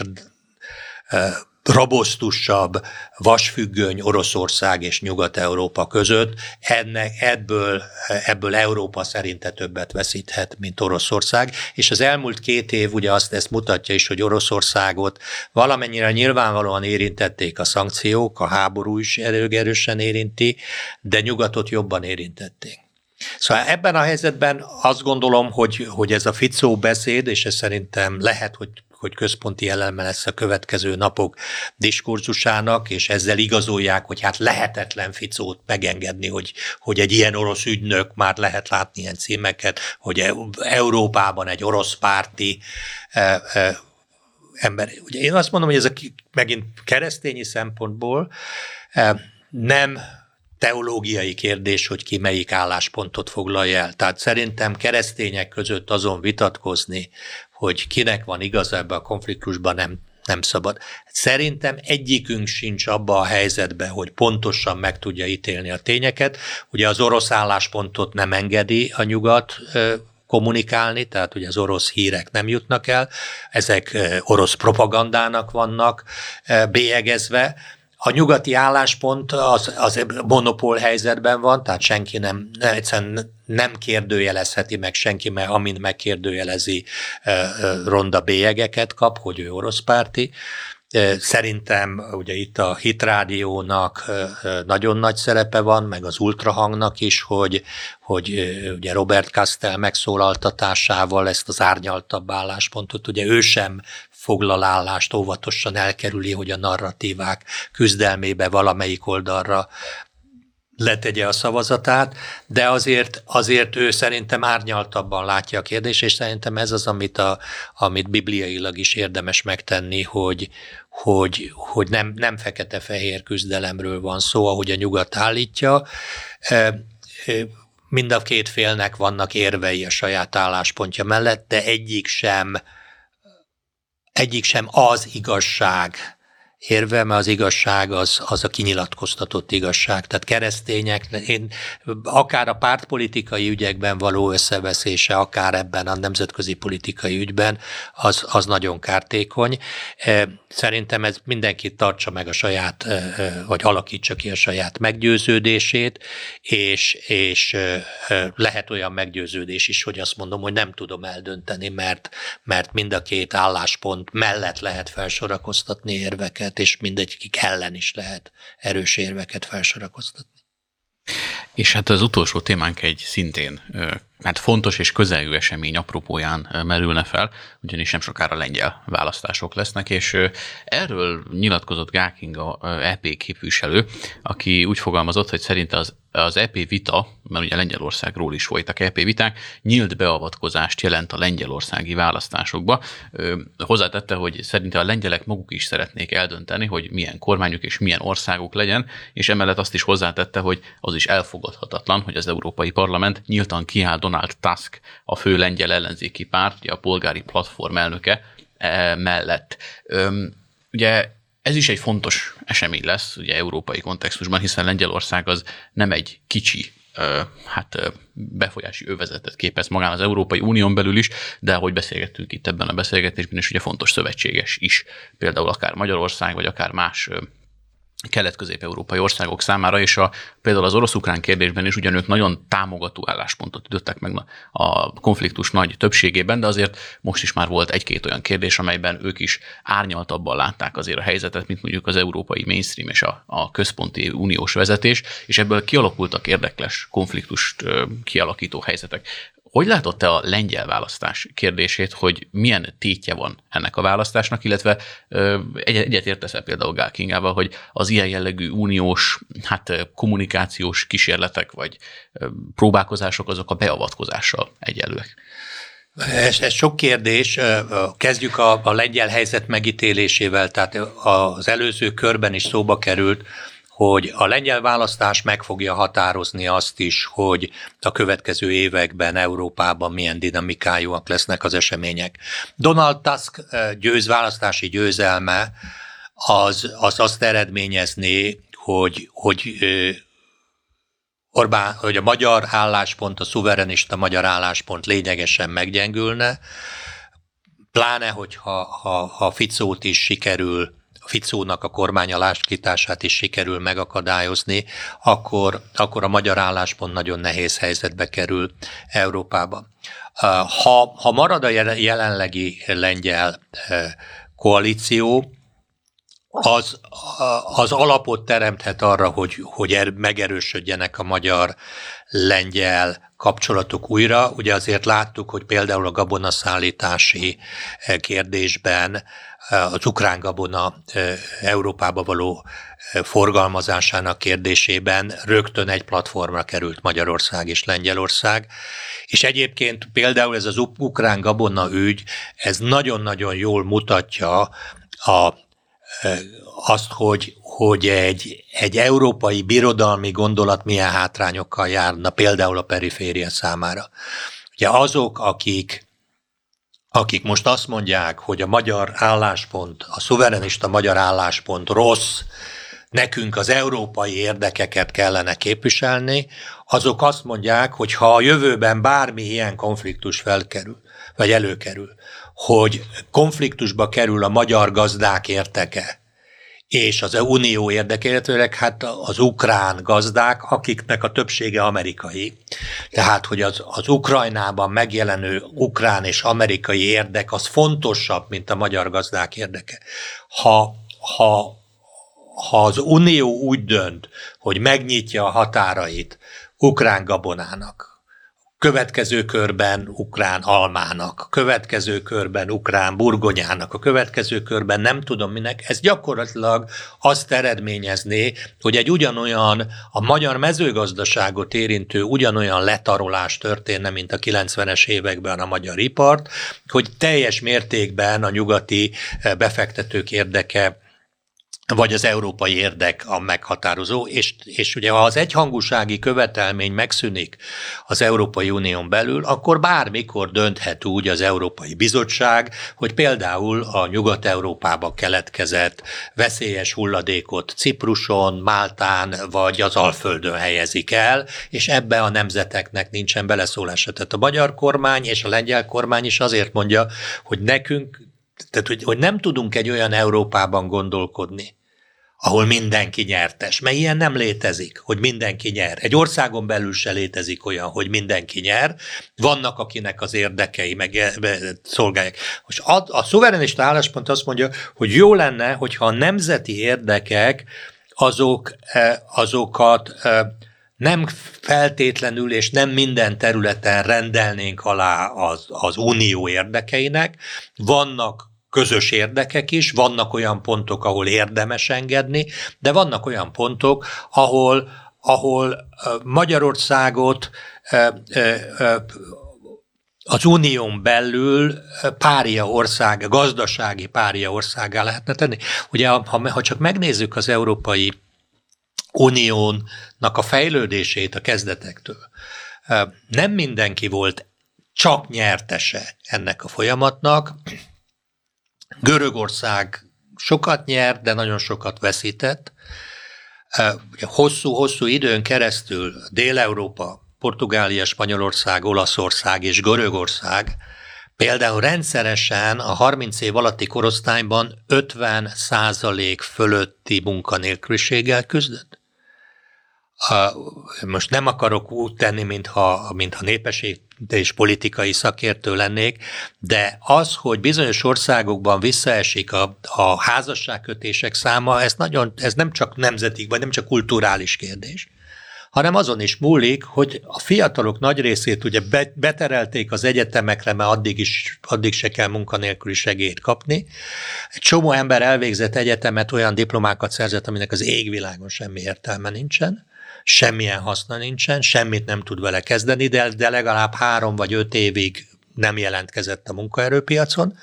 robosztusabb vasfüggöny Oroszország és Nyugat-Európa között. Ebből Európa szerinte többet veszíthet, mint Oroszország, és az elmúlt 2 év ugye ezt mutatja is, hogy Oroszországot valamennyire nyilvánvalóan érintették a szankciók, a háború is erősen érinti, de Nyugatot jobban érintették. Szóval ebben a helyzetben azt gondolom, hogy ez a Fico beszéd, és ez szerintem lehet, hogy központi eleme lesz a következő napok diskurzusának, és ezzel igazolják, hogy hát lehetetlen Ficót megengedni, hogy egy ilyen orosz ügynök, már lehet látni ilyen címeket, hogy Európában egy orosz párti ember. Ugye én azt mondom, hogy ez megint keresztényi szempontból nem teológiai kérdés, hogy ki melyik álláspontot foglalja el. Tehát szerintem keresztények között azon vitatkozni, hogy kinek van igaza ebben a konfliktusban, nem szabad. Szerintem egyikünk sincs abba a helyzetben, hogy pontosan meg tudja ítélni a tényeket. Ugye az orosz álláspontot nem engedi a nyugat kommunikálni, tehát ugye az orosz hírek nem jutnak el, ezek orosz propagandának vannak bélyegezve. A nyugati álláspont az monopól helyzetben van, tehát senki egyszerűen nem kérdőjelezheti meg senki, mert amint megkérdőjelezi, ronda bélyegeket kap, hogy ő orosz párti. Szerintem ugye itt a Hit Rádiónak nagyon nagy szerepe van, meg az Ultrahangnak is, hogy ugye Robert Kastel megszólaltatásával ezt az árnyaltabb álláspontot, ugye ő sem foglal állást, óvatosan elkerüli, hogy a narratívák küzdelmébe valamelyik oldalra letegye a szavazatát, de azért ő szerintem árnyaltabban látja a kérdést, és szerintem ez az, amit bibliailag is érdemes megtenni, hogy nem fekete-fehér küzdelemről van szó, ahogy a nyugat állítja. Mind a 2 félnek vannak érvei a saját álláspontja mellett, de egyik sem az igazság érve, mert az igazság az a kinyilatkoztatott igazság. Tehát keresztények, akár a pártpolitikai ügyekben való összeveszése, akár ebben a nemzetközi politikai ügyben, az nagyon kártékony. Szerintem ez mindenki tartsa meg a saját, vagy alakítsa ki a saját meggyőződését, és lehet olyan meggyőződés is, hogy azt mondom, hogy nem tudom eldönteni, mert mind a 2 álláspont mellett lehet felsorakoztatni érveket, és mindegyik ellen is lehet erős érveket felsorakoztatni. És hát az utolsó témánk egy szintén fontos és közelgő esemény apropóján merülne fel, ugyanis nem sokára lengyel választások lesznek, és erről nyilatkozott Gál Kinga EP képviselő, aki úgy fogalmazott, hogy szerinte az EP vita, mert ugye Lengyelországról is folytak EP viták, nyílt beavatkozást jelent a lengyelországi választásokba. Hozzátette, hogy szerinte a lengyelek maguk is szeretnék eldönteni, hogy milyen kormányuk és milyen országuk legyen, és emellett azt is hozzátette, hogy az is elfogadhatatlan, hogy az Európai Parlament nyíltan kiáll Donald Tusk, a fő lengyel ellenzéki párt, a polgári platform elnöke mellett. Ugye ez is egy fontos esemény lesz, ugye európai kontextusban, hiszen Lengyelország az nem egy kicsi befolyási övezetet képez magán az Európai Unión belül is, de ahogy beszélgettünk itt ebben a beszélgetésben, és ugye fontos szövetséges is, például akár Magyarország, vagy akár más kelet-közép-európai országok számára, és például az orosz-ukrán kérdésben is ugyanők nagyon támogató álláspontot ütöttek meg a konfliktus nagy többségében, de azért most is már volt egy-két olyan kérdés, amelyben ők is árnyaltabban látták azért a helyzetet, mint mondjuk az európai mainstream és a központi uniós vezetés, és ebből kialakultak érdekes konfliktust kialakító helyzetek. Hogy látod te a lengyel választás kérdését, hogy milyen tétje van ennek a választásnak, illetve egyet értesz-e például Gál Kingával, hogy az ilyen jellegű uniós kommunikációs kísérletek vagy próbálkozások azok a beavatkozással egyenlőek? Ez sok kérdés. Kezdjük a lengyel helyzet megítélésével, tehát az előző körben is szóba került, hogy a lengyel választás meg fogja határozni azt is, hogy a következő években Európában milyen dinamikájúak lesznek az események. Donald Tusk választási győzelme az azt eredményezné, hogy a magyar álláspont, a szuverenista magyar álláspont lényegesen meggyengülne, pláne, hogyha Ficót is sikerül, Ficónak a kormány alakítását is sikerül megakadályozni, akkor a magyar álláspont nagyon nehéz helyzetbe kerül Európában. Ha marad a jelenlegi lengyel koalíció, az alapot teremthet arra, hogy megerősödjenek a magyar-lengyel kapcsolatok újra. Ugye azért láttuk, hogy például a gabonaszállítási kérdésben az ukrán gabona Európába való forgalmazásának kérdésében rögtön egy platformra került Magyarország és Lengyelország, és egyébként például ez az ukrán gabona ügy, ez nagyon-nagyon jól mutatja azt, hogy egy európai birodalmi gondolat milyen hátrányokkal járna, például a periféria számára. Ugye azok, akik most azt mondják, hogy a magyar álláspont, a szuverenista magyar álláspont rossz, nekünk az európai érdekeket kellene képviselni, azok azt mondják, hogy ha a jövőben bármi ilyen konfliktus felkerül, vagy előkerül, hogy konfliktusba kerül a magyar gazdák érdeke, és az unió érdeke, illetőleg az ukrán gazdák, akiknek a többsége amerikai. Tehát, hogy az Ukrajnában megjelenő ukrán és amerikai érdek az fontosabb, mint a magyar gazdák érdeke. Ha az unió úgy dönt, hogy megnyitja a határait ukrán gabonának, következő körben ukrán almának, következő körben ukrán burgonyának, a következő körben nem tudom minek, ez gyakorlatilag azt eredményezné, hogy egy ugyanolyan, a magyar mezőgazdaságot érintő ugyanolyan letarolás történne, mint a 90-es években a magyar ipart, hogy teljes mértékben a nyugati befektetők érdeke vagy az európai érdek a meghatározó, és ugye ha az egyhangúsági követelmény megszűnik az Európai Unión belül, akkor bármikor dönthet úgy az Európai Bizottság, hogy például a Nyugat-Európába keletkezett veszélyes hulladékot Cipruson, Máltán vagy az Alföldön helyezik el, és ebbe a nemzeteknek nincsen beleszólása. Tehát a magyar kormány és a lengyel kormány is azért mondja, hogy nekünk, tehát, hogy nem tudunk egy olyan Európában gondolkodni, ahol mindenki nyertes, mert ilyen nem létezik, hogy mindenki nyer. Egy országon belül se létezik olyan, hogy mindenki nyer, vannak, akinek az érdekei meg szolgálják. Most a szuverenista álláspont azt mondja, hogy jó lenne, hogyha a nemzeti érdekek azokat nem feltétlenül és nem minden területen rendelnénk alá az unió érdekeinek, vannak közös érdekek is, vannak olyan pontok, ahol érdemes engedni, de vannak olyan pontok, ahol Magyarországot az unión belül pária ország, gazdasági pária országgá lehetne tenni. Ugye, ha csak megnézzük az Európai Uniónak a fejlődését a kezdetektől, nem mindenki volt csak nyertese ennek a folyamatnak. Görögország sokat nyert, de nagyon sokat veszített. Hosszú időn keresztül Dél-Európa, Portugália, Spanyolország, Olaszország és Görögország például rendszeresen a 30 év alatti korosztályban 50% fölötti munkanélküliséggel küzdött. Most nem akarok úgy tenni, mintha népesség és politikai szakértő lennék, de az, hogy bizonyos országokban visszaesik a házasságkötések száma, ez nem csak nemzeti, vagy nem csak kulturális kérdés, hanem azon is múlik, hogy a fiatalok nagy részét ugye beterelték az egyetemekre, mert addig se kell munkanélküli segélyt kapni. Egy csomó ember elvégzett egyetemet, olyan diplomákat szerzett, aminek az égvilágon semmi értelme nincsen, semmilyen haszna nincsen, semmit nem tud vele kezdeni, de legalább 3 vagy 5 évig nem jelentkezett a munkaerőpiacon.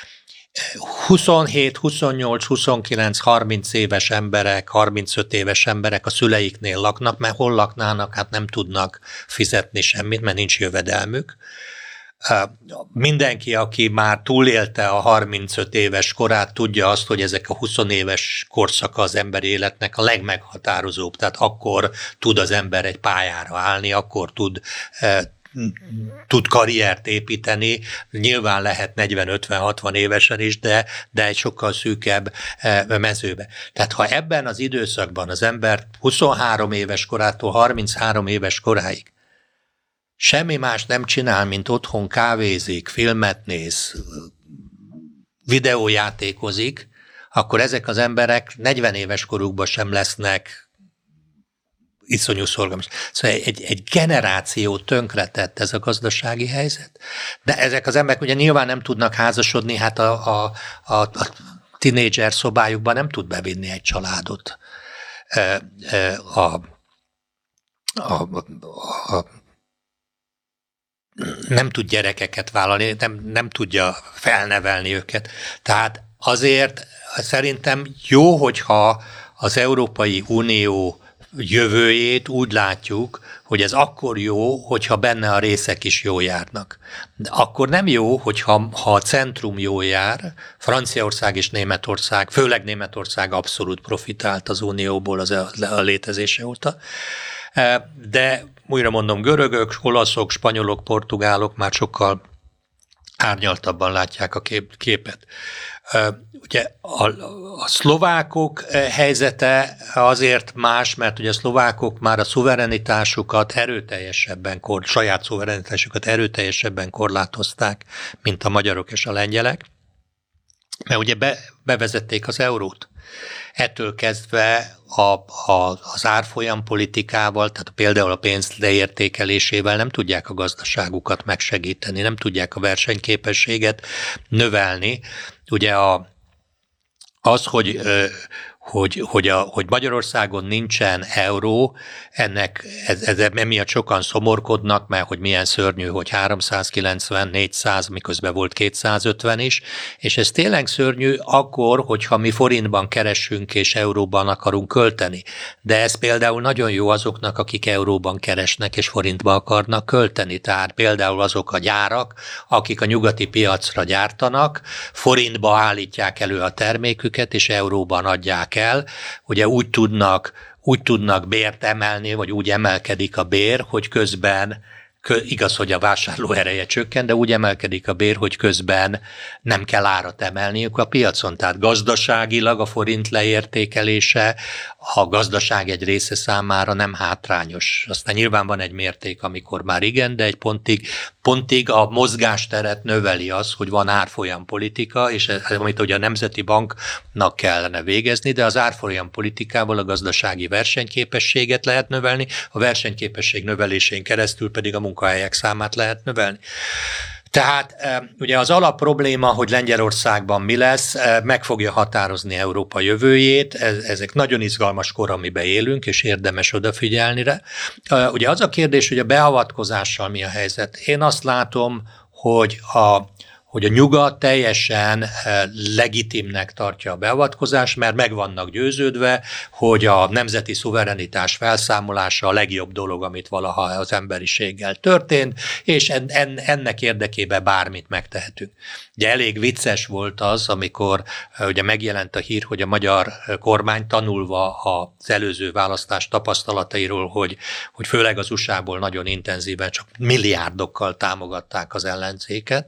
27, 28, 29, 30 éves emberek, 35 éves emberek a szüleiknél laknak, mert hol laknának, hát nem tudnak fizetni semmit, mert nincs jövedelmük. Mindenki, aki már túlélte a 35 éves korát, tudja azt, hogy ezek a 20 éves korszaka az emberi életnek a legmeghatározóbb. Tehát akkor tud az ember egy pályára állni, akkor tud karriert építeni, nyilván lehet 40-50-60 évesen is, de egy sokkal szűkebb mezőbe. Tehát ha ebben az időszakban az ember 23 éves korától 33 éves koráig semmi más nem csinál, mint otthon kávézik, filmet néz, videójátékozik, akkor ezek az emberek 40 éves korukban sem lesznek iszonyú szorgalmas. Szóval egy generáció tönkretett ez a gazdasági helyzet. De ezek az emberek ugye nyilván nem tudnak házasodni, hát a tinédzser szobájukban nem tud bevinni egy családot. Nem tud gyerekeket vállalni, nem tudja felnevelni őket. Tehát azért szerintem jó, hogyha az Európai Unió jövőjét úgy látjuk, hogy ez akkor jó, hogyha benne a részek is jól járnak. De akkor nem jó, hogyha a centrum jól jár, Franciaország és Németország, főleg Németország abszolút profitált az Unióból a létezése óta, de újra mondom, görögök, olaszok, spanyolok, portugálok már sokkal árnyaltabban látják a képet. Ugye a szlovákok helyzete azért más, mert ugye a szlovákok már a szuverenitásukat saját szuverenitásukat erőteljesebben korlátozták, mint a magyarok és a lengyelek, mert ugye bevezették az eurót. Ettől kezdve az árfolyam politikával, tehát például a pénz leértékelésével nem tudják a gazdaságukat megsegíteni, nem tudják a versenyképességet növelni. Ugye az, hogy Magyarországon nincsen euró, ez emiatt sokan szomorkodnak, mert hogy milyen szörnyű, hogy 390, 400, miközben volt 250 is, és ez tényleg szörnyű akkor, hogyha mi forintban keresünk és euróban akarunk költeni. De ez például nagyon jó azoknak, akik euróban keresnek és forintba akarnak költeni. Tehát például azok a gyárak, akik a nyugati piacra gyártanak, forintba állítják elő a terméküket, és euróban adják el, ugye úgy tudnak bért emelni, vagy úgy emelkedik a bér, hogy közben igaz, hogy a vásárló ereje csökken, de úgy emelkedik a bér, hogy közben nem kell árat emelniük a piacon. Tehát gazdaságilag a forint leértékelése a gazdaság egy része számára nem hátrányos. Aztán nyilván van egy mérték, amikor már igen, de egy pontig a mozgásteret növeli az, hogy van árfolyampolitika, és amit ugye a Nemzeti Banknak kellene végezni, de az árfolyampolitikával a gazdasági versenyképességet lehet növelni, a versenyképesség növelésén keresztül pedig a munkahelyek számát lehet növelni. Tehát ugye az alapprobléma, hogy Lengyelországban mi lesz, meg fogja határozni Európa jövőjét. Ezek nagyon izgalmas kor, amiben élünk, és érdemes odafigyelni rá. Ugye az a kérdés, hogy a beavatkozással mi a helyzet. Én azt látom, hogy a nyugat teljesen legitimnek tartja a beavatkozást, mert meg vannak győződve, hogy a nemzeti szuverenitás felszámolása a legjobb dolog, amit valaha az emberiséggel történt, és ennek érdekében bármit megtehetünk. Ugye elég vicces volt az, amikor ugye megjelent a hír, hogy a magyar kormány tanulva az előző választás tapasztalatairól, hogy főleg az USA-ból nagyon intenzíven csak milliárdokkal támogatták az ellenzéket,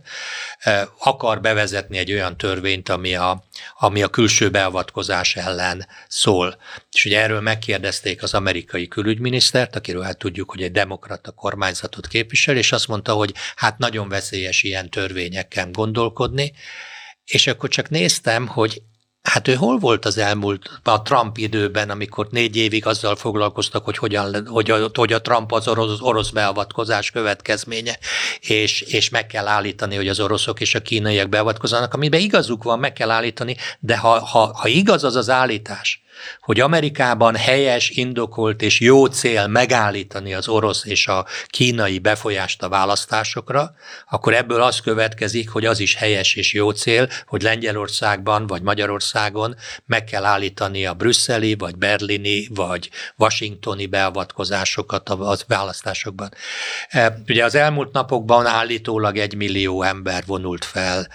akar bevezetni egy olyan törvényt, ami a külső beavatkozás ellen szól. És ugye erről megkérdezték az amerikai külügyminisztert, akiről hát tudjuk, hogy egy demokrata kormányzatot képvisel, és azt mondta, hogy hát nagyon veszélyes ilyen törvényekkel gondolkodni, és akkor csak néztem, hogy hát ő hol volt az elmúlt, a Trump időben, amikor 4 évig azzal foglalkoztak, hogy a Trump az orosz beavatkozás következménye, és meg kell állítani, hogy az oroszok és a kínaiak beavatkozzanak, amiben igazuk van, meg kell állítani, de ha igaz az az állítás, hogy Amerikában helyes, indokolt és jó cél megállítani az orosz és a kínai befolyást a választásokra, akkor ebből az következik, hogy az is helyes és jó cél, hogy Lengyelországban vagy Magyarországon meg kell állítani a brüsszeli, vagy berlini, vagy washingtoni beavatkozásokat a választásokban. Ugye az elmúlt napokban állítólag 1 millió ember vonult fel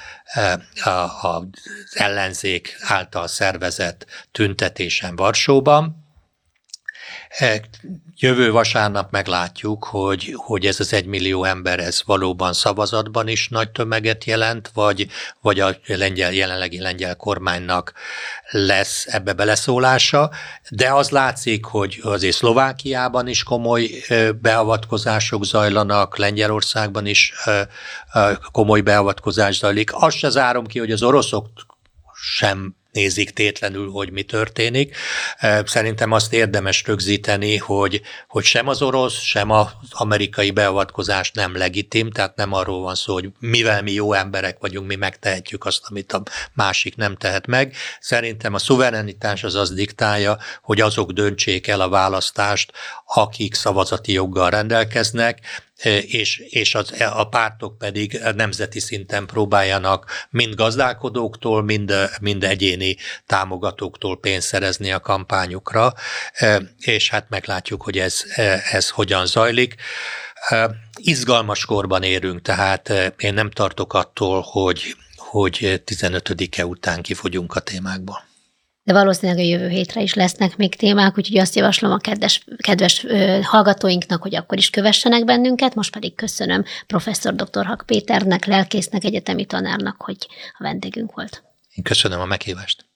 az ellenzék által szervezett tüntetésen Varsóban. Jövő vasárnap meglátjuk, hogy ez az 1 millió ember ez valóban szavazatban is nagy tömeget jelent, vagy a jelenlegi lengyel kormánynak lesz ebbe beleszólása, de az látszik, hogy azért Szlovákiában is komoly beavatkozások zajlanak, Lengyelországban is komoly beavatkozás zajlik. Azt se zárom ki, hogy az oroszok sem nézik tétlenül, hogy mi történik. Szerintem azt érdemes rögzíteni, hogy sem az orosz, sem az amerikai beavatkozás nem legitim, tehát nem arról van szó, hogy mivel mi jó emberek vagyunk, mi megtehetjük azt, amit a másik nem tehet meg. Szerintem a szuverenitás az diktálja, hogy azok döntsék el a választást, akik szavazati joggal rendelkeznek, és a pártok pedig nemzeti szinten próbáljanak mind gazdálkodóktól, mind egyéni támogatóktól pénzt szerezni a kampányukra, és hát meglátjuk, hogy ez hogyan zajlik. Izgalmas korban érünk, tehát én nem tartok attól, hogy 15-e után kifogyunk a témákból. De valószínűleg a jövő hétre is lesznek még témák, úgyhogy azt javaslom a kedves hallgatóinknak, hogy akkor is kövessenek bennünket. Most pedig köszönöm professzor dr. Hack Péternek, lelkésznek, egyetemi tanárnak, hogy a vendégünk volt. Én köszönöm a meghívást.